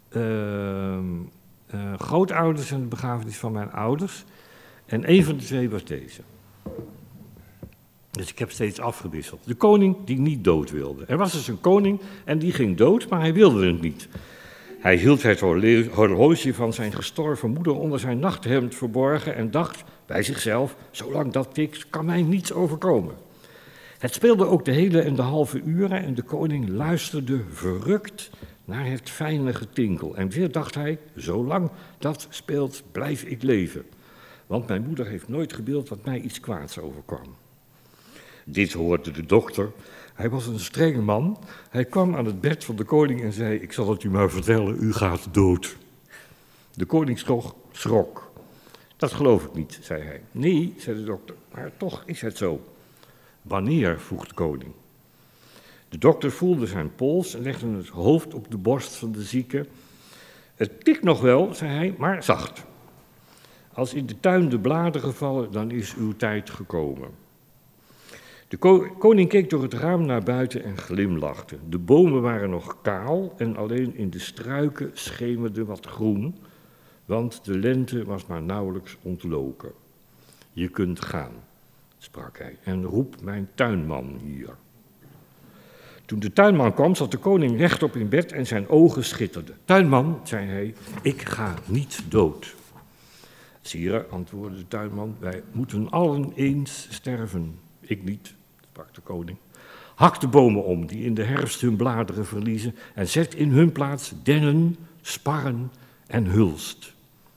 grootouders en de begrafenis van mijn ouders. En een van de 2 was deze. Dus ik heb steeds afgewisseld. De koning die niet dood wilde. Er was dus een koning en die ging dood, maar hij wilde het niet. Hij hield het horloge van zijn gestorven moeder onder zijn nachthemd verborgen en dacht bij zichzelf, zolang dat tikt, kan mij niets overkomen. Het speelde ook de hele en de halve uren en de koning luisterde verrukt naar het fijne getinkel. En weer dacht hij, zolang dat speelt, blijf ik leven. Want mijn moeder heeft nooit gewild dat mij iets kwaads overkwam. Dit hoorde de dokter. Hij was een strenge man. Hij kwam aan het bed van de koning en zei, ik zal het u maar vertellen, u gaat dood. De koning schrok. Dat geloof ik niet, zei hij. Nee, zei de dokter, maar toch is het zo. Wanneer, vroeg de koning. De dokter voelde zijn pols en legde het hoofd op de borst van de zieke. Het tikt nog wel, zei hij, maar zacht. Als in de tuin de bladeren vallen, dan is uw tijd gekomen. De koning keek door het raam naar buiten en glimlachte. De bomen waren nog kaal en alleen in de struiken schemerde wat groen, want de lente was maar nauwelijks ontloken. Je kunt gaan, sprak hij, en roep mijn tuinman hier. Toen de tuinman kwam, zat de koning rechtop in bed en zijn ogen schitterden. Tuinman, zei hij, ik ga niet dood. Sire, antwoordde de tuinman, wij moeten allen eens sterven. Ik niet, sprak de koning. Hak de bomen om die in de herfst hun bladeren verliezen en zet in hun plaats dennen, sparren en hulst.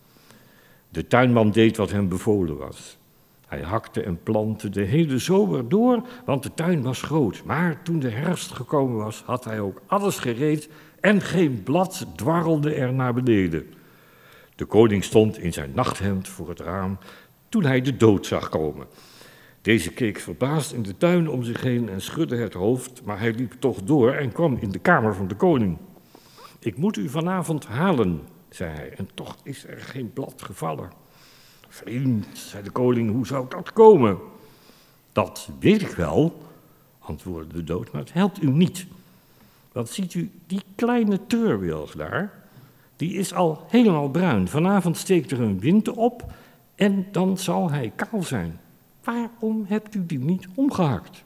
De tuinman deed wat hem bevolen was. Hij hakte en plantte de hele zomer door, want de tuin was groot. Maar toen de herfst gekomen was, had hij ook alles gereed en geen blad dwarrelde er naar beneden. De koning stond in zijn nachthemd voor het raam toen hij de dood zag komen. Deze keek verbaasd in de tuin om zich heen en schudde het hoofd, maar hij liep toch door en kwam in de kamer van de koning. Ik moet u vanavond halen, zei hij, en toch is er geen blad gevallen. Vriend, zei de koning, hoe zou dat komen? Dat weet ik wel, antwoordde de dood, maar het helpt u niet. Want ziet u die kleine treurwilg daar? Die is al helemaal bruin. Vanavond steekt er een wind op en dan zal hij kaal zijn. Waarom hebt u die niet omgehakt?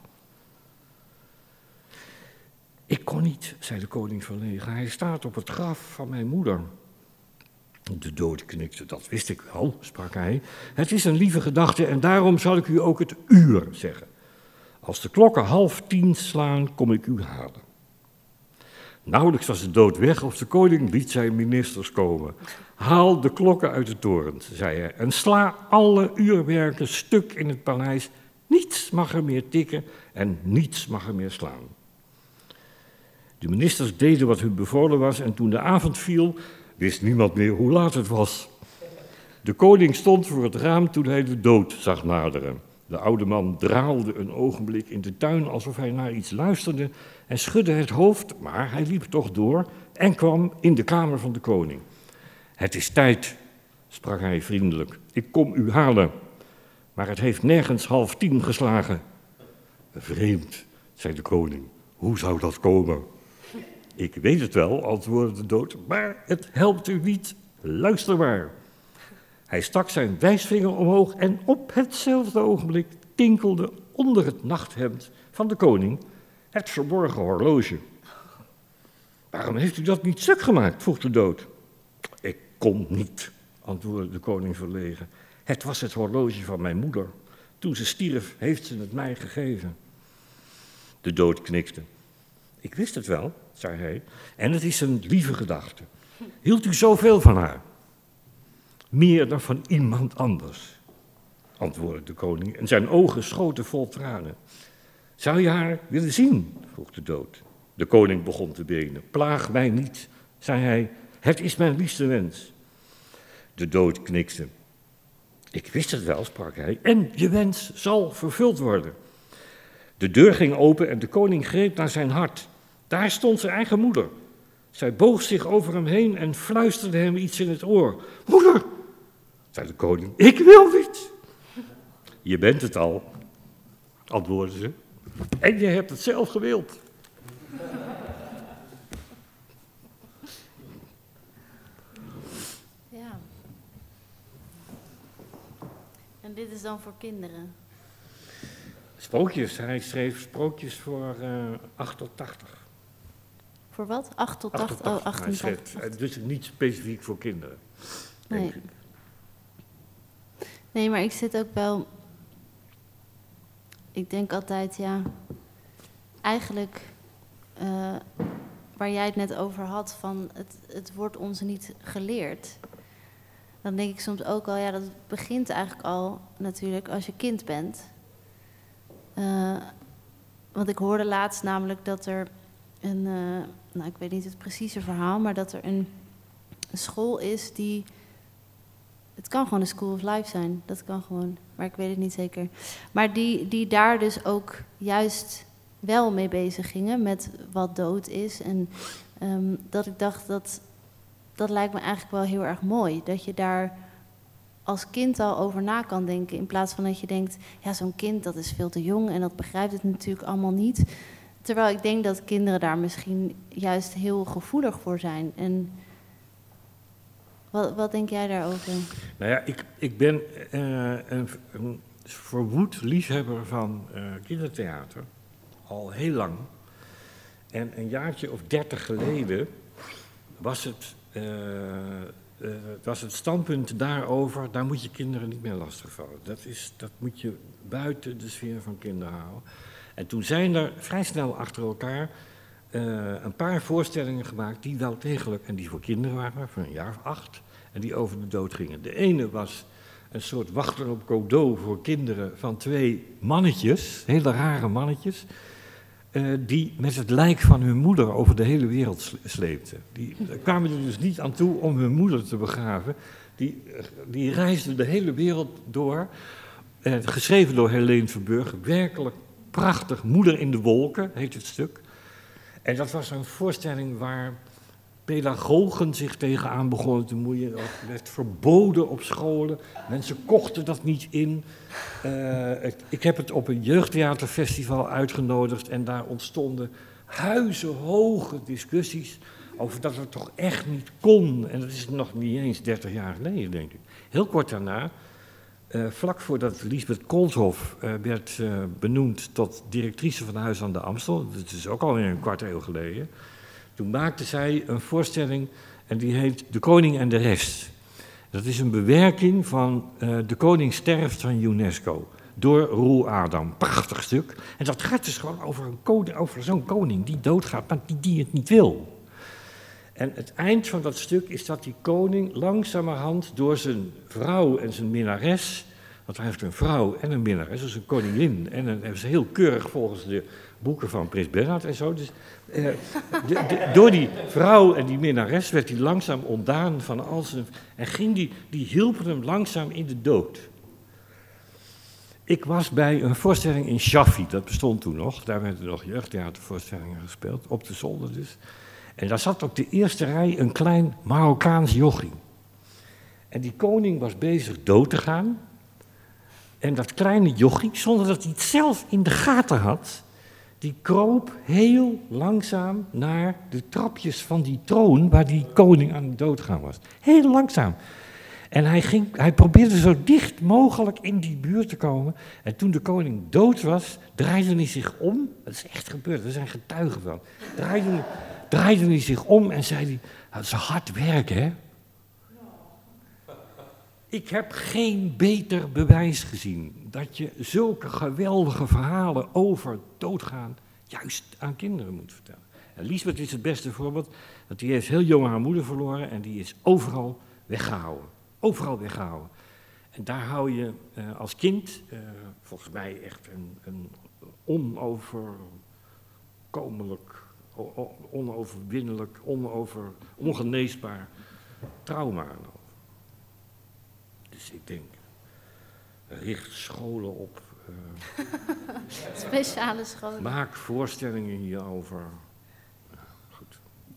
Ik kon niet, zei de koning verlegen. Hij staat op het graf van mijn moeder. De dood knikte, dat wist ik wel, sprak hij. Het is een lieve gedachte en daarom zal ik u ook het uur zeggen. Als de klokken 9:30 slaan, kom ik u halen. Nauwelijks was de dood weg of de koning liet zijn ministers komen. Haal de klokken uit de torens, zei hij, en sla alle uurwerken stuk in het paleis. Niets mag er meer tikken en niets mag er meer slaan. De ministers deden wat hun bevolen was en toen de avond viel, wist niemand meer hoe laat het was. De koning stond voor het raam toen hij de dood zag naderen. De oude man draalde een ogenblik in de tuin alsof hij naar iets luisterde en schudde het hoofd, maar hij liep toch door en kwam in de kamer van de koning. Het is tijd, sprak hij vriendelijk. Ik kom u halen. Maar het heeft nergens 9:30 geslagen. Vreemd, zei de koning. Hoe zou dat komen? Ik weet het wel, antwoordde de dood, maar het helpt u niet. Luister maar. Hij stak zijn wijsvinger omhoog en op hetzelfde ogenblik tinkelde onder het nachthemd van de koning het verborgen horloge. Waarom heeft u dat niet stuk gemaakt? Vroeg de dood. Ik kon niet, antwoordde de koning verlegen. Het was het horloge van mijn moeder. Toen ze stierf, heeft ze het mij gegeven. De dood knikte. Ik wist het wel, zei hij, en het is een lieve gedachte. Hield u zoveel van haar? Meer dan van iemand anders, antwoordde de koning, en zijn ogen schoten vol tranen. Zou je haar willen zien? Vroeg de dood. De koning begon te benen. Plaag mij niet, zei hij, het is mijn liefste wens. De dood knikte. Ik wist het wel, sprak hij, en je wens zal vervuld worden. De deur ging open en de koning greep naar zijn hart. Daar stond zijn eigen moeder. Zij boog zich over hem heen en fluisterde hem iets in het oor. Moeder, zei de koning, ik wil niet. Je bent het al, antwoordde ze, en je hebt het zelf gewild. Ja. En dit is dan voor kinderen? Sprookjes, hij schreef sprookjes voor 8 tot 80. Voor wat? 8 tot 80? Oh, 88. Hij schreef, dus niet specifiek voor kinderen, denk Nee. ik. Nee, maar ik zit ook wel... Ik denk altijd, ja... Eigenlijk, waar jij het net over had, van het wordt ons niet geleerd. Dan denk ik soms ook al, ja, dat begint eigenlijk al natuurlijk als je kind bent. Want ik hoorde laatst namelijk dat er een... nou, ik weet niet het precieze verhaal, maar dat er een school is die... Het kan gewoon een School of Life zijn, dat kan gewoon, maar ik weet het niet zeker. Maar die daar dus ook juist wel mee bezig gingen met wat dood is. En dat ik dacht, dat lijkt me eigenlijk wel heel erg mooi. Dat je daar als kind al over na kan denken, in plaats van dat je denkt... ja, zo'n kind dat is veel te jong en dat begrijpt het natuurlijk allemaal niet. Terwijl ik denk dat kinderen daar misschien juist heel gevoelig voor zijn. En wat denk jij daarover? Nou ja, ik ben een verwoed liefhebber van kindertheater, al heel lang. En een jaartje of 30 geleden was het standpunt daarover, daar moet je kinderen niet meer lastigvallen. Dat moet je buiten de sfeer van kinderen houden. En toen zijn er vrij snel achter elkaar een paar voorstellingen gemaakt die wel degelijk, en die voor kinderen waren, van een jaar of 8, en die over de dood gingen. De ene was een soort wachten op Godot voor kinderen van 2 mannetjes, hele rare mannetjes, die met het lijk van hun moeder over de hele wereld sleepten. Die kwamen er dus niet aan toe om hun moeder te begraven. Die reisden de hele wereld door, geschreven door Helene Verburg, werkelijk prachtig. Moeder in de wolken heet het stuk. En dat was een voorstelling waar pedagogen zich tegenaan begonnen te moeien. Dat werd verboden op scholen. Mensen kochten dat niet in. Ik heb het op een jeugdtheaterfestival uitgenodigd en daar ontstonden huizenhoge discussies over dat het toch echt niet kon. En dat is nog niet eens 30 jaar geleden, denk ik. Heel kort daarna, vlak voordat Liesbeth Koolshof werd benoemd tot directrice van Huis aan de Amstel, dat is ook alweer een kwart eeuw geleden, toen maakte zij een voorstelling en die heet De Koning en de Rest. Dat is een bewerking van De Koning sterft van UNESCO door Roel Adam. Prachtig stuk. En dat gaat dus gewoon over zo'n koning die doodgaat, maar die het niet wil. En het eind van dat stuk is dat die koning langzamerhand door zijn vrouw en zijn minnares Want hij heeft een vrouw en een minnares, dus een koningin. En dat is heel keurig volgens de boeken van Prins Bernhard en zo. Dus, door die vrouw en die minnares werd hij langzaam ontdaan van al zijn... En die hielpen hem langzaam in de dood. Ik was bij een voorstelling in Shaffi, dat bestond toen nog. Daar werden nog jeugdtheatervoorstellingen gespeeld, op de zolder dus. En daar zat op de eerste rij een klein Marokkaans jochie. En die koning was bezig dood te gaan. En dat kleine jochie, zonder dat hij het zelf in de gaten had, die kroop heel langzaam naar de trapjes van die troon waar die koning aan het doodgaan was. Heel langzaam. En hij probeerde zo dicht mogelijk in die buurt te komen. En toen de koning dood was, draaide hij zich om. Dat is echt gebeurd, er zijn getuigen van. Draaide hij zich om en zei hij, dat is hard werken, hè? Ik heb geen beter bewijs gezien dat je zulke geweldige verhalen over doodgaan juist aan kinderen moet vertellen. En Liesbeth is het beste voorbeeld, want die heeft heel jong haar moeder verloren en die is overal weggehouden. Overal weggehouden. En daar hou je als kind, volgens mij echt een onoverwinnelijk, ongeneesbaar trauma aan over. Dus ik denk, richt scholen op. Speciale scholen. Maak voorstellingen hierover. Goed.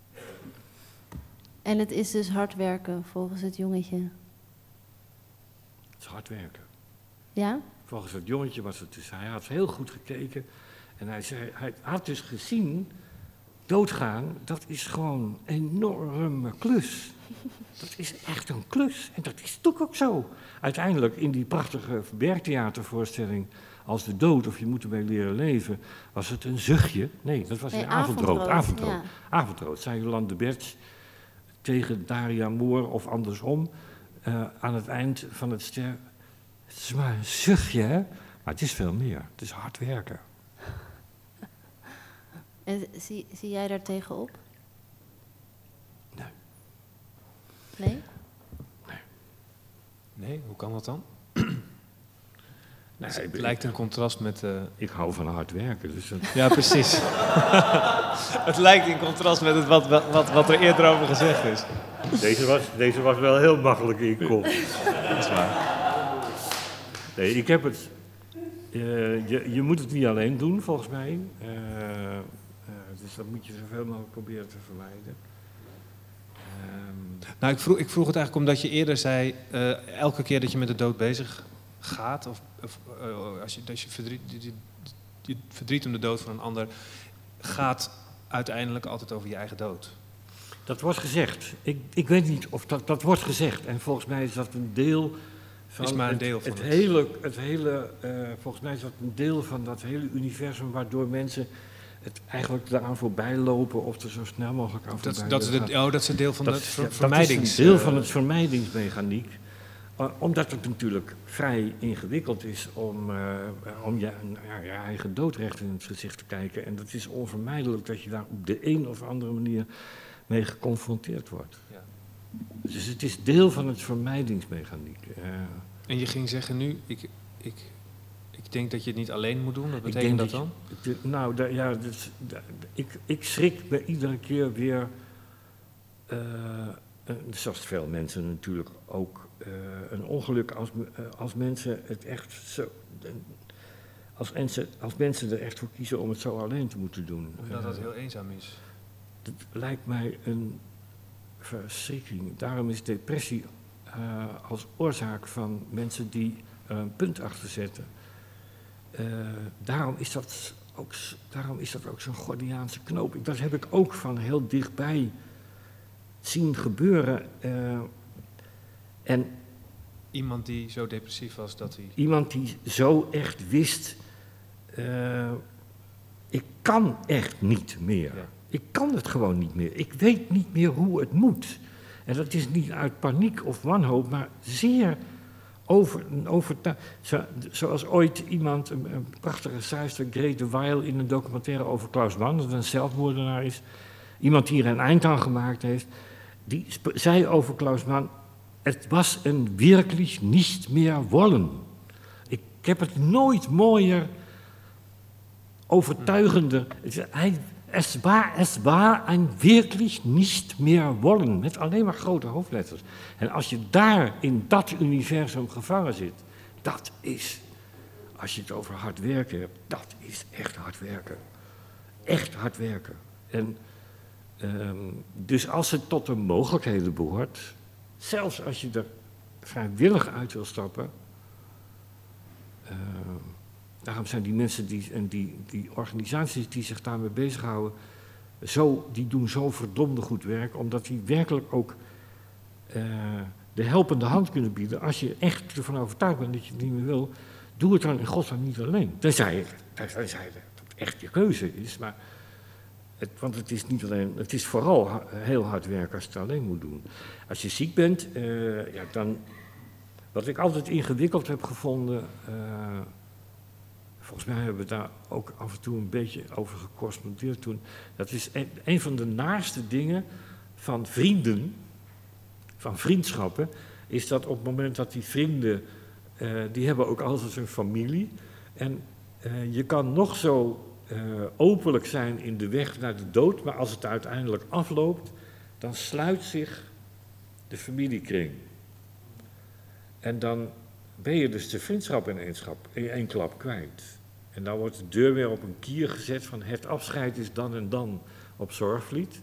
En het is dus hard werken volgens het jongetje. Het is hard werken. Ja? Volgens het jongetje was het dus, hij had heel goed gekeken en hij had dus gezien, doodgaan, dat is gewoon een enorme klus. Dat is echt een klus en dat is toch ook zo. Uiteindelijk in die prachtige werktheatervoorstelling Als de dood of je moet ermee leren leven, was het een zuchtje. Nee, dat was in Avondrood. Ja. Avondrood, zei Jolande Berts tegen Daria Moore of andersom aan het eind van het ster. Het is maar een zuchtje, hè? Maar het is veel meer. Het is hard werken. En zie jij daar tegenop? Nee. Nee? Nee, hoe kan dat dan? Nee, Het lijkt een contrast met... Ik hou van hard werken, dus dat... Ja, precies. Het lijkt in contrast met het wat er eerder over gezegd is. Deze was wel heel makkelijk in je kop. Dat is waar. Nee, ik heb het... je moet het niet alleen doen, volgens mij. Dus dat moet je zoveel mogelijk proberen te vermijden. Nou, ik vroeg het eigenlijk omdat je eerder zei... elke keer dat je met de dood bezig gaat... of als je verdriet om de dood van een ander... gaat uiteindelijk altijd over je eigen dood. Dat wordt gezegd. Ik weet niet of dat wordt gezegd. En volgens mij is dat een deel van... Is maar een deel van het hele volgens mij is dat een deel van dat hele universum... waardoor mensen het eigenlijk daaraan voorbij lopen... of er zo snel mogelijk aan voorbij dat is een deel van de vermijdings... Dat is een deel van het vermijdingsmechaniek. Omdat het natuurlijk vrij ingewikkeld is om je eigen doodrecht in het gezicht te kijken. En dat is onvermijdelijk dat je daar op de een of andere manier mee geconfronteerd wordt. Ja. Dus het is deel van het vermijdingsmechaniek. En je ging zeggen nu, ik denk dat je het niet alleen moet doen. Wat betekent dat dan? Ik schrik me iedere keer weer, zoals veel mensen natuurlijk ook, een ongeluk als mensen het echt zo... Als mensen er echt voor kiezen om het zo alleen te moeten doen. Omdat dat heel eenzaam is. Dat lijkt mij een verschrikking. Daarom is depressie als oorzaak van mensen die er een punt achter zetten. Daarom is dat ook zo'n Gordiaanse knoop. Dat heb ik ook van heel dichtbij zien gebeuren. En iemand die zo depressief was dat hij... Iemand die zo echt wist, ik kan echt niet meer. Ja. Ik kan het gewoon niet meer. Ik weet niet meer hoe het moet. En dat is niet uit paniek of wanhoop, maar zeer zoals ooit iemand, een prachtige schrijfster, Grete de Weil, in een documentaire over Klaus Mann, dat een zelfmoordenaar is, iemand die er een eind aan gemaakt heeft, die zei over Klaus Mann: het was een wirklich nicht mehr wollen. Ik heb het nooit mooier, overtuigender. Es war ein wirklich nicht mehr wollen. Met alleen maar grote hoofdletters. En als je daar in dat universum gevangen zit, dat is, als je het over hard werken hebt, dat is echt hard werken. Echt hard werken. En dus als het tot de mogelijkheden behoort, zelfs als je er vrijwillig uit wil stappen, daarom zijn die mensen die organisaties die zich daarmee bezighouden, die doen zo verdomde goed werk, omdat die werkelijk ook de helpende hand kunnen bieden. Als je echt ervan overtuigd bent dat je het niet meer wil, doe het dan in godsnaam niet alleen. Tenzij het echt je keuze is, maar want het is niet alleen, het is vooral heel hard werken als je het alleen moet doen. Als je ziek bent, dan, wat ik altijd ingewikkeld heb gevonden, volgens mij hebben we daar ook af en toe een beetje over gecorrespondeerd toen. Dat is een van de naarste dingen van vrienden, van vriendschappen, is dat op het moment dat die vrienden, die hebben ook altijd een familie. En je kan nog zo openlijk zijn in de weg naar de dood, maar als het uiteindelijk afloopt, dan sluit zich de familiekring. En dan ben je dus de vriendschap in één klap kwijt. En dan wordt de deur weer op een kier gezet van het afscheid is dan en dan op Zorgvliet.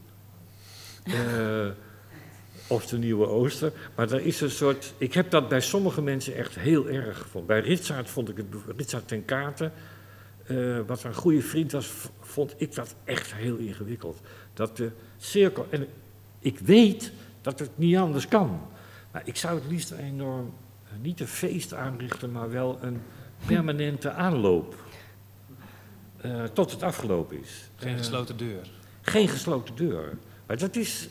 Of de Nieuwe Ooster. Maar er is een soort, ik heb dat bij sommige mensen echt heel erg gevonden. Bij Ritsaert vond ik het, Ritsaert ten Kate, wat een goede vriend was, vond ik dat echt heel ingewikkeld. Dat de cirkel, en ik weet dat het niet anders kan. Maar ik zou het liefst enorm, niet een feest aanrichten, maar wel een permanente aanloop. Tot het afgelopen is. Geen gesloten deur. Geen gesloten deur. Maar dat is,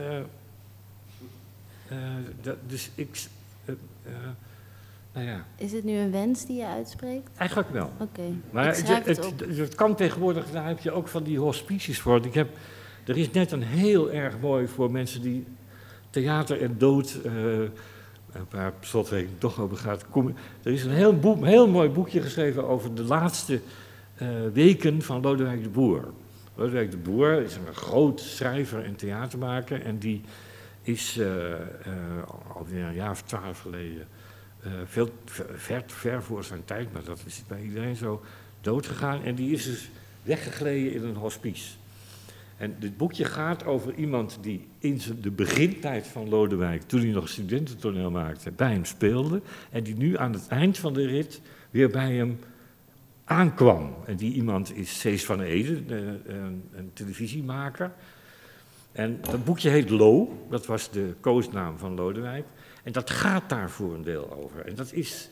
dus ik, nou ja. Is het nu een wens die je uitspreekt? Eigenlijk wel. Oké, Maar ik schrijf het op. het kan tegenwoordig, daar heb je ook van die hospices voor. Er is net een heel erg mooi voor mensen die theater en dood, waar slotrekening toch over gaat. Er is een heel mooi boekje geschreven over de laatste weken van Lodewijk de Boer. Lodewijk de Boer is een groot schrijver en theatermaker en die is alweer een jaar of 12 geleden ver voor zijn tijd, maar dat is bij iedereen zo, doodgegaan. En die is dus weggegleden in een hospice. En dit boekje gaat over iemand die in de begintijd van Lodewijk, toen hij nog studententoneel maakte, bij hem speelde. En die nu aan het eind van de rit weer bij hem aankwam. En die iemand is Cees van Ede, een televisiemaker. En dat boekje heet Lo, dat was de koosnaam van Lodewijk. En dat gaat daar voor een deel over. En dat is,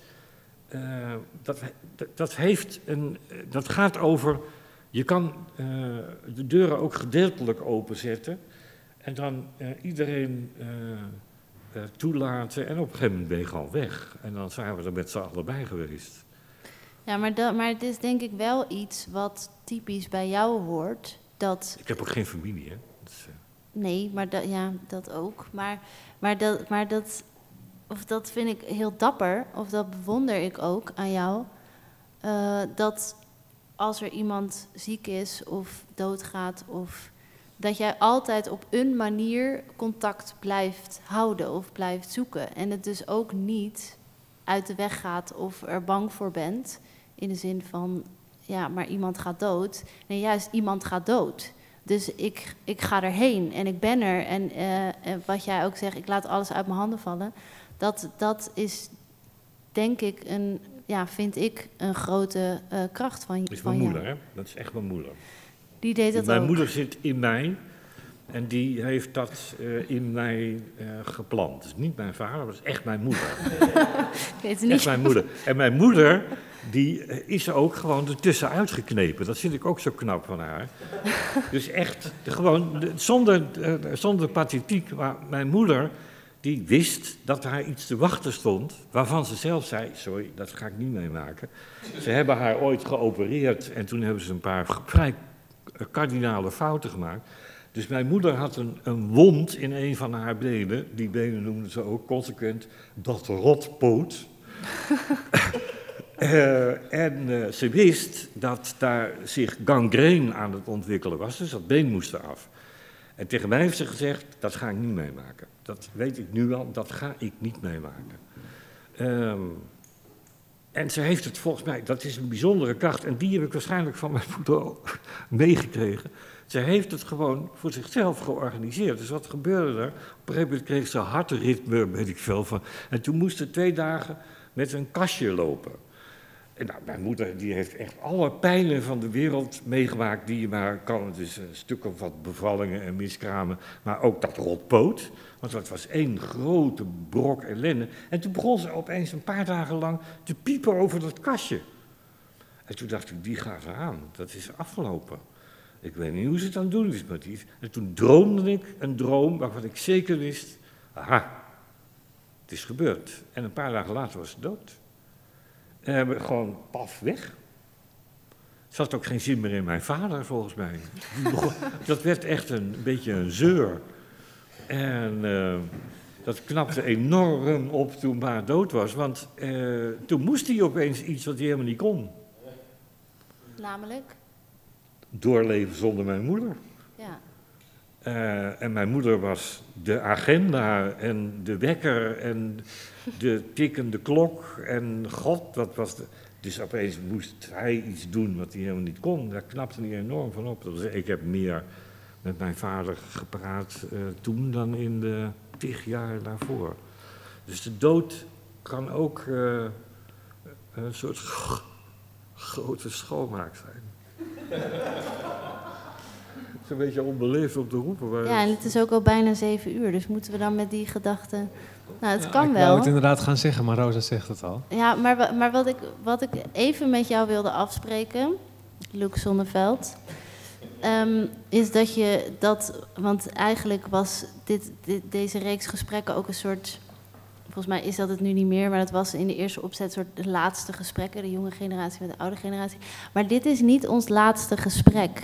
dat gaat over, je kan de deuren ook gedeeltelijk openzetten. En dan iedereen toelaten en op een gegeven moment ben je gewoon weg. En dan zijn we er met z'n allen bij geweest. Ja, maar het is denk ik wel iets wat typisch bij jou hoort. Ik heb ook geen familie, hè. Nee, maar dat ook. Maar dat vind ik heel dapper, of dat bewonder ik ook aan jou. Dat als er iemand ziek is of doodgaat, of dat jij altijd op een manier contact blijft houden of blijft zoeken. En het dus ook niet uit de weg gaat of er bang voor bent. In de zin van, ja, maar iemand gaat dood. Nee, juist iemand gaat dood. Dus ik ga erheen en ik ben er. En wat jij ook zegt, ik laat alles uit mijn handen vallen. Dat is, denk ik, vind ik een grote kracht van jou. Dat is mijn moeder, hè? Dat is echt mijn moeder. Die deed dat ook. Mijn moeder zit in mij en die heeft dat in mij geplant. Het is niet mijn vader, dat is echt mijn moeder. Ik weet het niet. Echt mijn moeder. En mijn moeder, die is ook gewoon ertussenuit geknepen. Dat vind ik ook zo knap van haar. Dus echt, gewoon, zonder pathetiek, maar mijn moeder, die wist dat haar iets te wachten stond, waarvan ze zelf zei, sorry, dat ga ik niet meemaken. Ze hebben haar ooit geopereerd en toen hebben ze een paar vrij kardinale fouten gemaakt. Dus mijn moeder had een wond in een van haar benen. Die benen noemden ze ook consequent dat rotpoot. Ze wist dat daar zich gangreen aan het ontwikkelen was, dus dat been moest eraf. En tegen mij heeft ze gezegd, dat ga ik niet meemaken. Dat weet ik nu al, dat ga ik niet meemaken. En ze heeft het volgens mij, dat is een bijzondere kracht, en die heb ik waarschijnlijk van mijn moeder meegekregen. Ze heeft het gewoon voor zichzelf georganiseerd. Dus wat gebeurde er? Op een gegeven moment kreeg ze hartritme, weet ik veel van. En toen moest ze 2 dagen met een kastje lopen. En nou, mijn moeder die heeft echt alle pijnen van de wereld meegemaakt die je maar kan. Dus een stuk of wat bevallingen en miskramen, maar ook dat rotpoot. Want dat was 1 grote brok ellende. En toen begon ze opeens een paar dagen lang te piepen over dat kastje. En toen dacht ik, die gaat eraan. Dat is afgelopen. Ik weet niet hoe ze het aan het doen is met iets. En toen droomde ik een droom waarvan ik zeker wist, aha, het is gebeurd. En een paar dagen later was ze dood. En gewoon paf weg. Er zat ook geen zin meer in mijn vader, volgens mij. Dat werd echt een beetje een zeur. En dat knapte enorm op toen Ma dood was. Want toen moest hij opeens iets wat hij helemaal niet kon. Namelijk? Doorleven zonder mijn moeder. Ja. En mijn moeder was de agenda en de wekker en de tikkende klok en God, wat was de... Dus opeens moest hij iets doen wat hij helemaal niet kon. Daar knapte hij enorm van op. Dus ik heb meer met mijn vader gepraat toen dan in de 10 jaar daarvoor. Dus de dood kan ook een soort grote schoonmaak zijn. Het is een beetje onbeleefd om te roepen. Maar Ja, en het is ook al bijna 7 uur, dus moeten we dan met die gedachten... Nou, het kan ik wel. wou het inderdaad gaan zeggen, maar Rosa zegt het al. Ja, maar wat ik even met jou wilde afspreken, Luc Zonneveld, is dat je dat... Want eigenlijk was deze reeks gesprekken ook een soort... Volgens mij is dat het nu niet meer, maar dat was in de eerste opzet soort de laatste gesprekken, de jonge generatie met de oude generatie. Maar dit is niet ons laatste gesprek.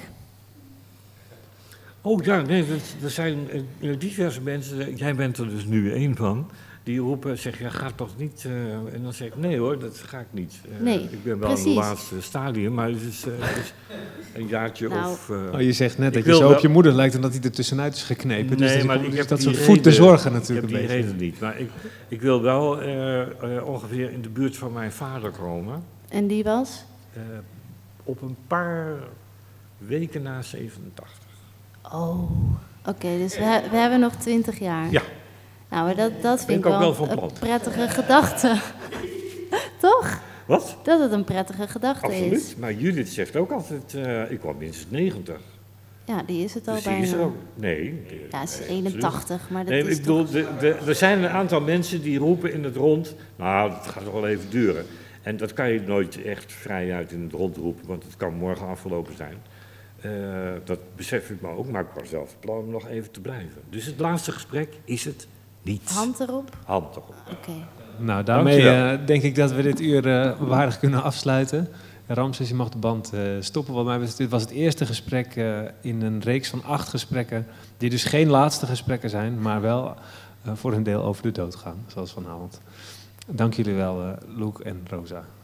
Oh ja, nee, er zijn diverse mensen, jij bent er dus nu 1 van, die roepen, zeggen, ja, ga toch niet... en dan zeg ik, nee hoor, dat ga ik niet. Nee, ik ben wel precies. in het laatste stadium, maar het is een jaartje Nou. of... Je zegt net dat je wil zo wel- op je moeder lijkt en dat hij er tussenuit is geknepen. Nee, dus maar ik heb dat die soort voet te reden- zorgen Ik natuurlijk heb een die beetje. reden niet, maar ik wil wel ongeveer in de buurt van mijn vader komen. En die was? Op een paar weken na 87. Oh, oké, dus we hebben nog 20 jaar. Ja. Nou, maar dat Ben vind ik ik ook wel wel van een plan. prettige gedachte. Toch? Wat? Dat het een prettige gedachte is. Absoluut. Maar Judith zegt ook altijd, ik word minstens 90. Ja, die is het al Dus die bijna. is er ook. Nee. Ja, ze is nee, 81, maar dat Nee, is ik toch... bedoel, er zijn een aantal mensen die roepen in het rond, nou, dat gaat nog wel even duren. En dat kan je nooit echt vrijuit in het rond roepen, want het kan morgen afgelopen zijn. Dat besef ik me ook, maar ik was zelf van plan om nog even te blijven. Dus het laatste gesprek is het niet. Hand erop? Hand toch op. Oké. Nou, daarmee Dankjewel. denk ik dat we dit uur waardig kunnen afsluiten. Ramses, je mag de band stoppen. Wat mij betreft, dit was het eerste gesprek in een reeks van 8 gesprekken, die dus geen laatste gesprekken zijn, maar wel voor een deel over de dood gaan, zoals vanavond. Dank jullie wel, Loek en Rosa.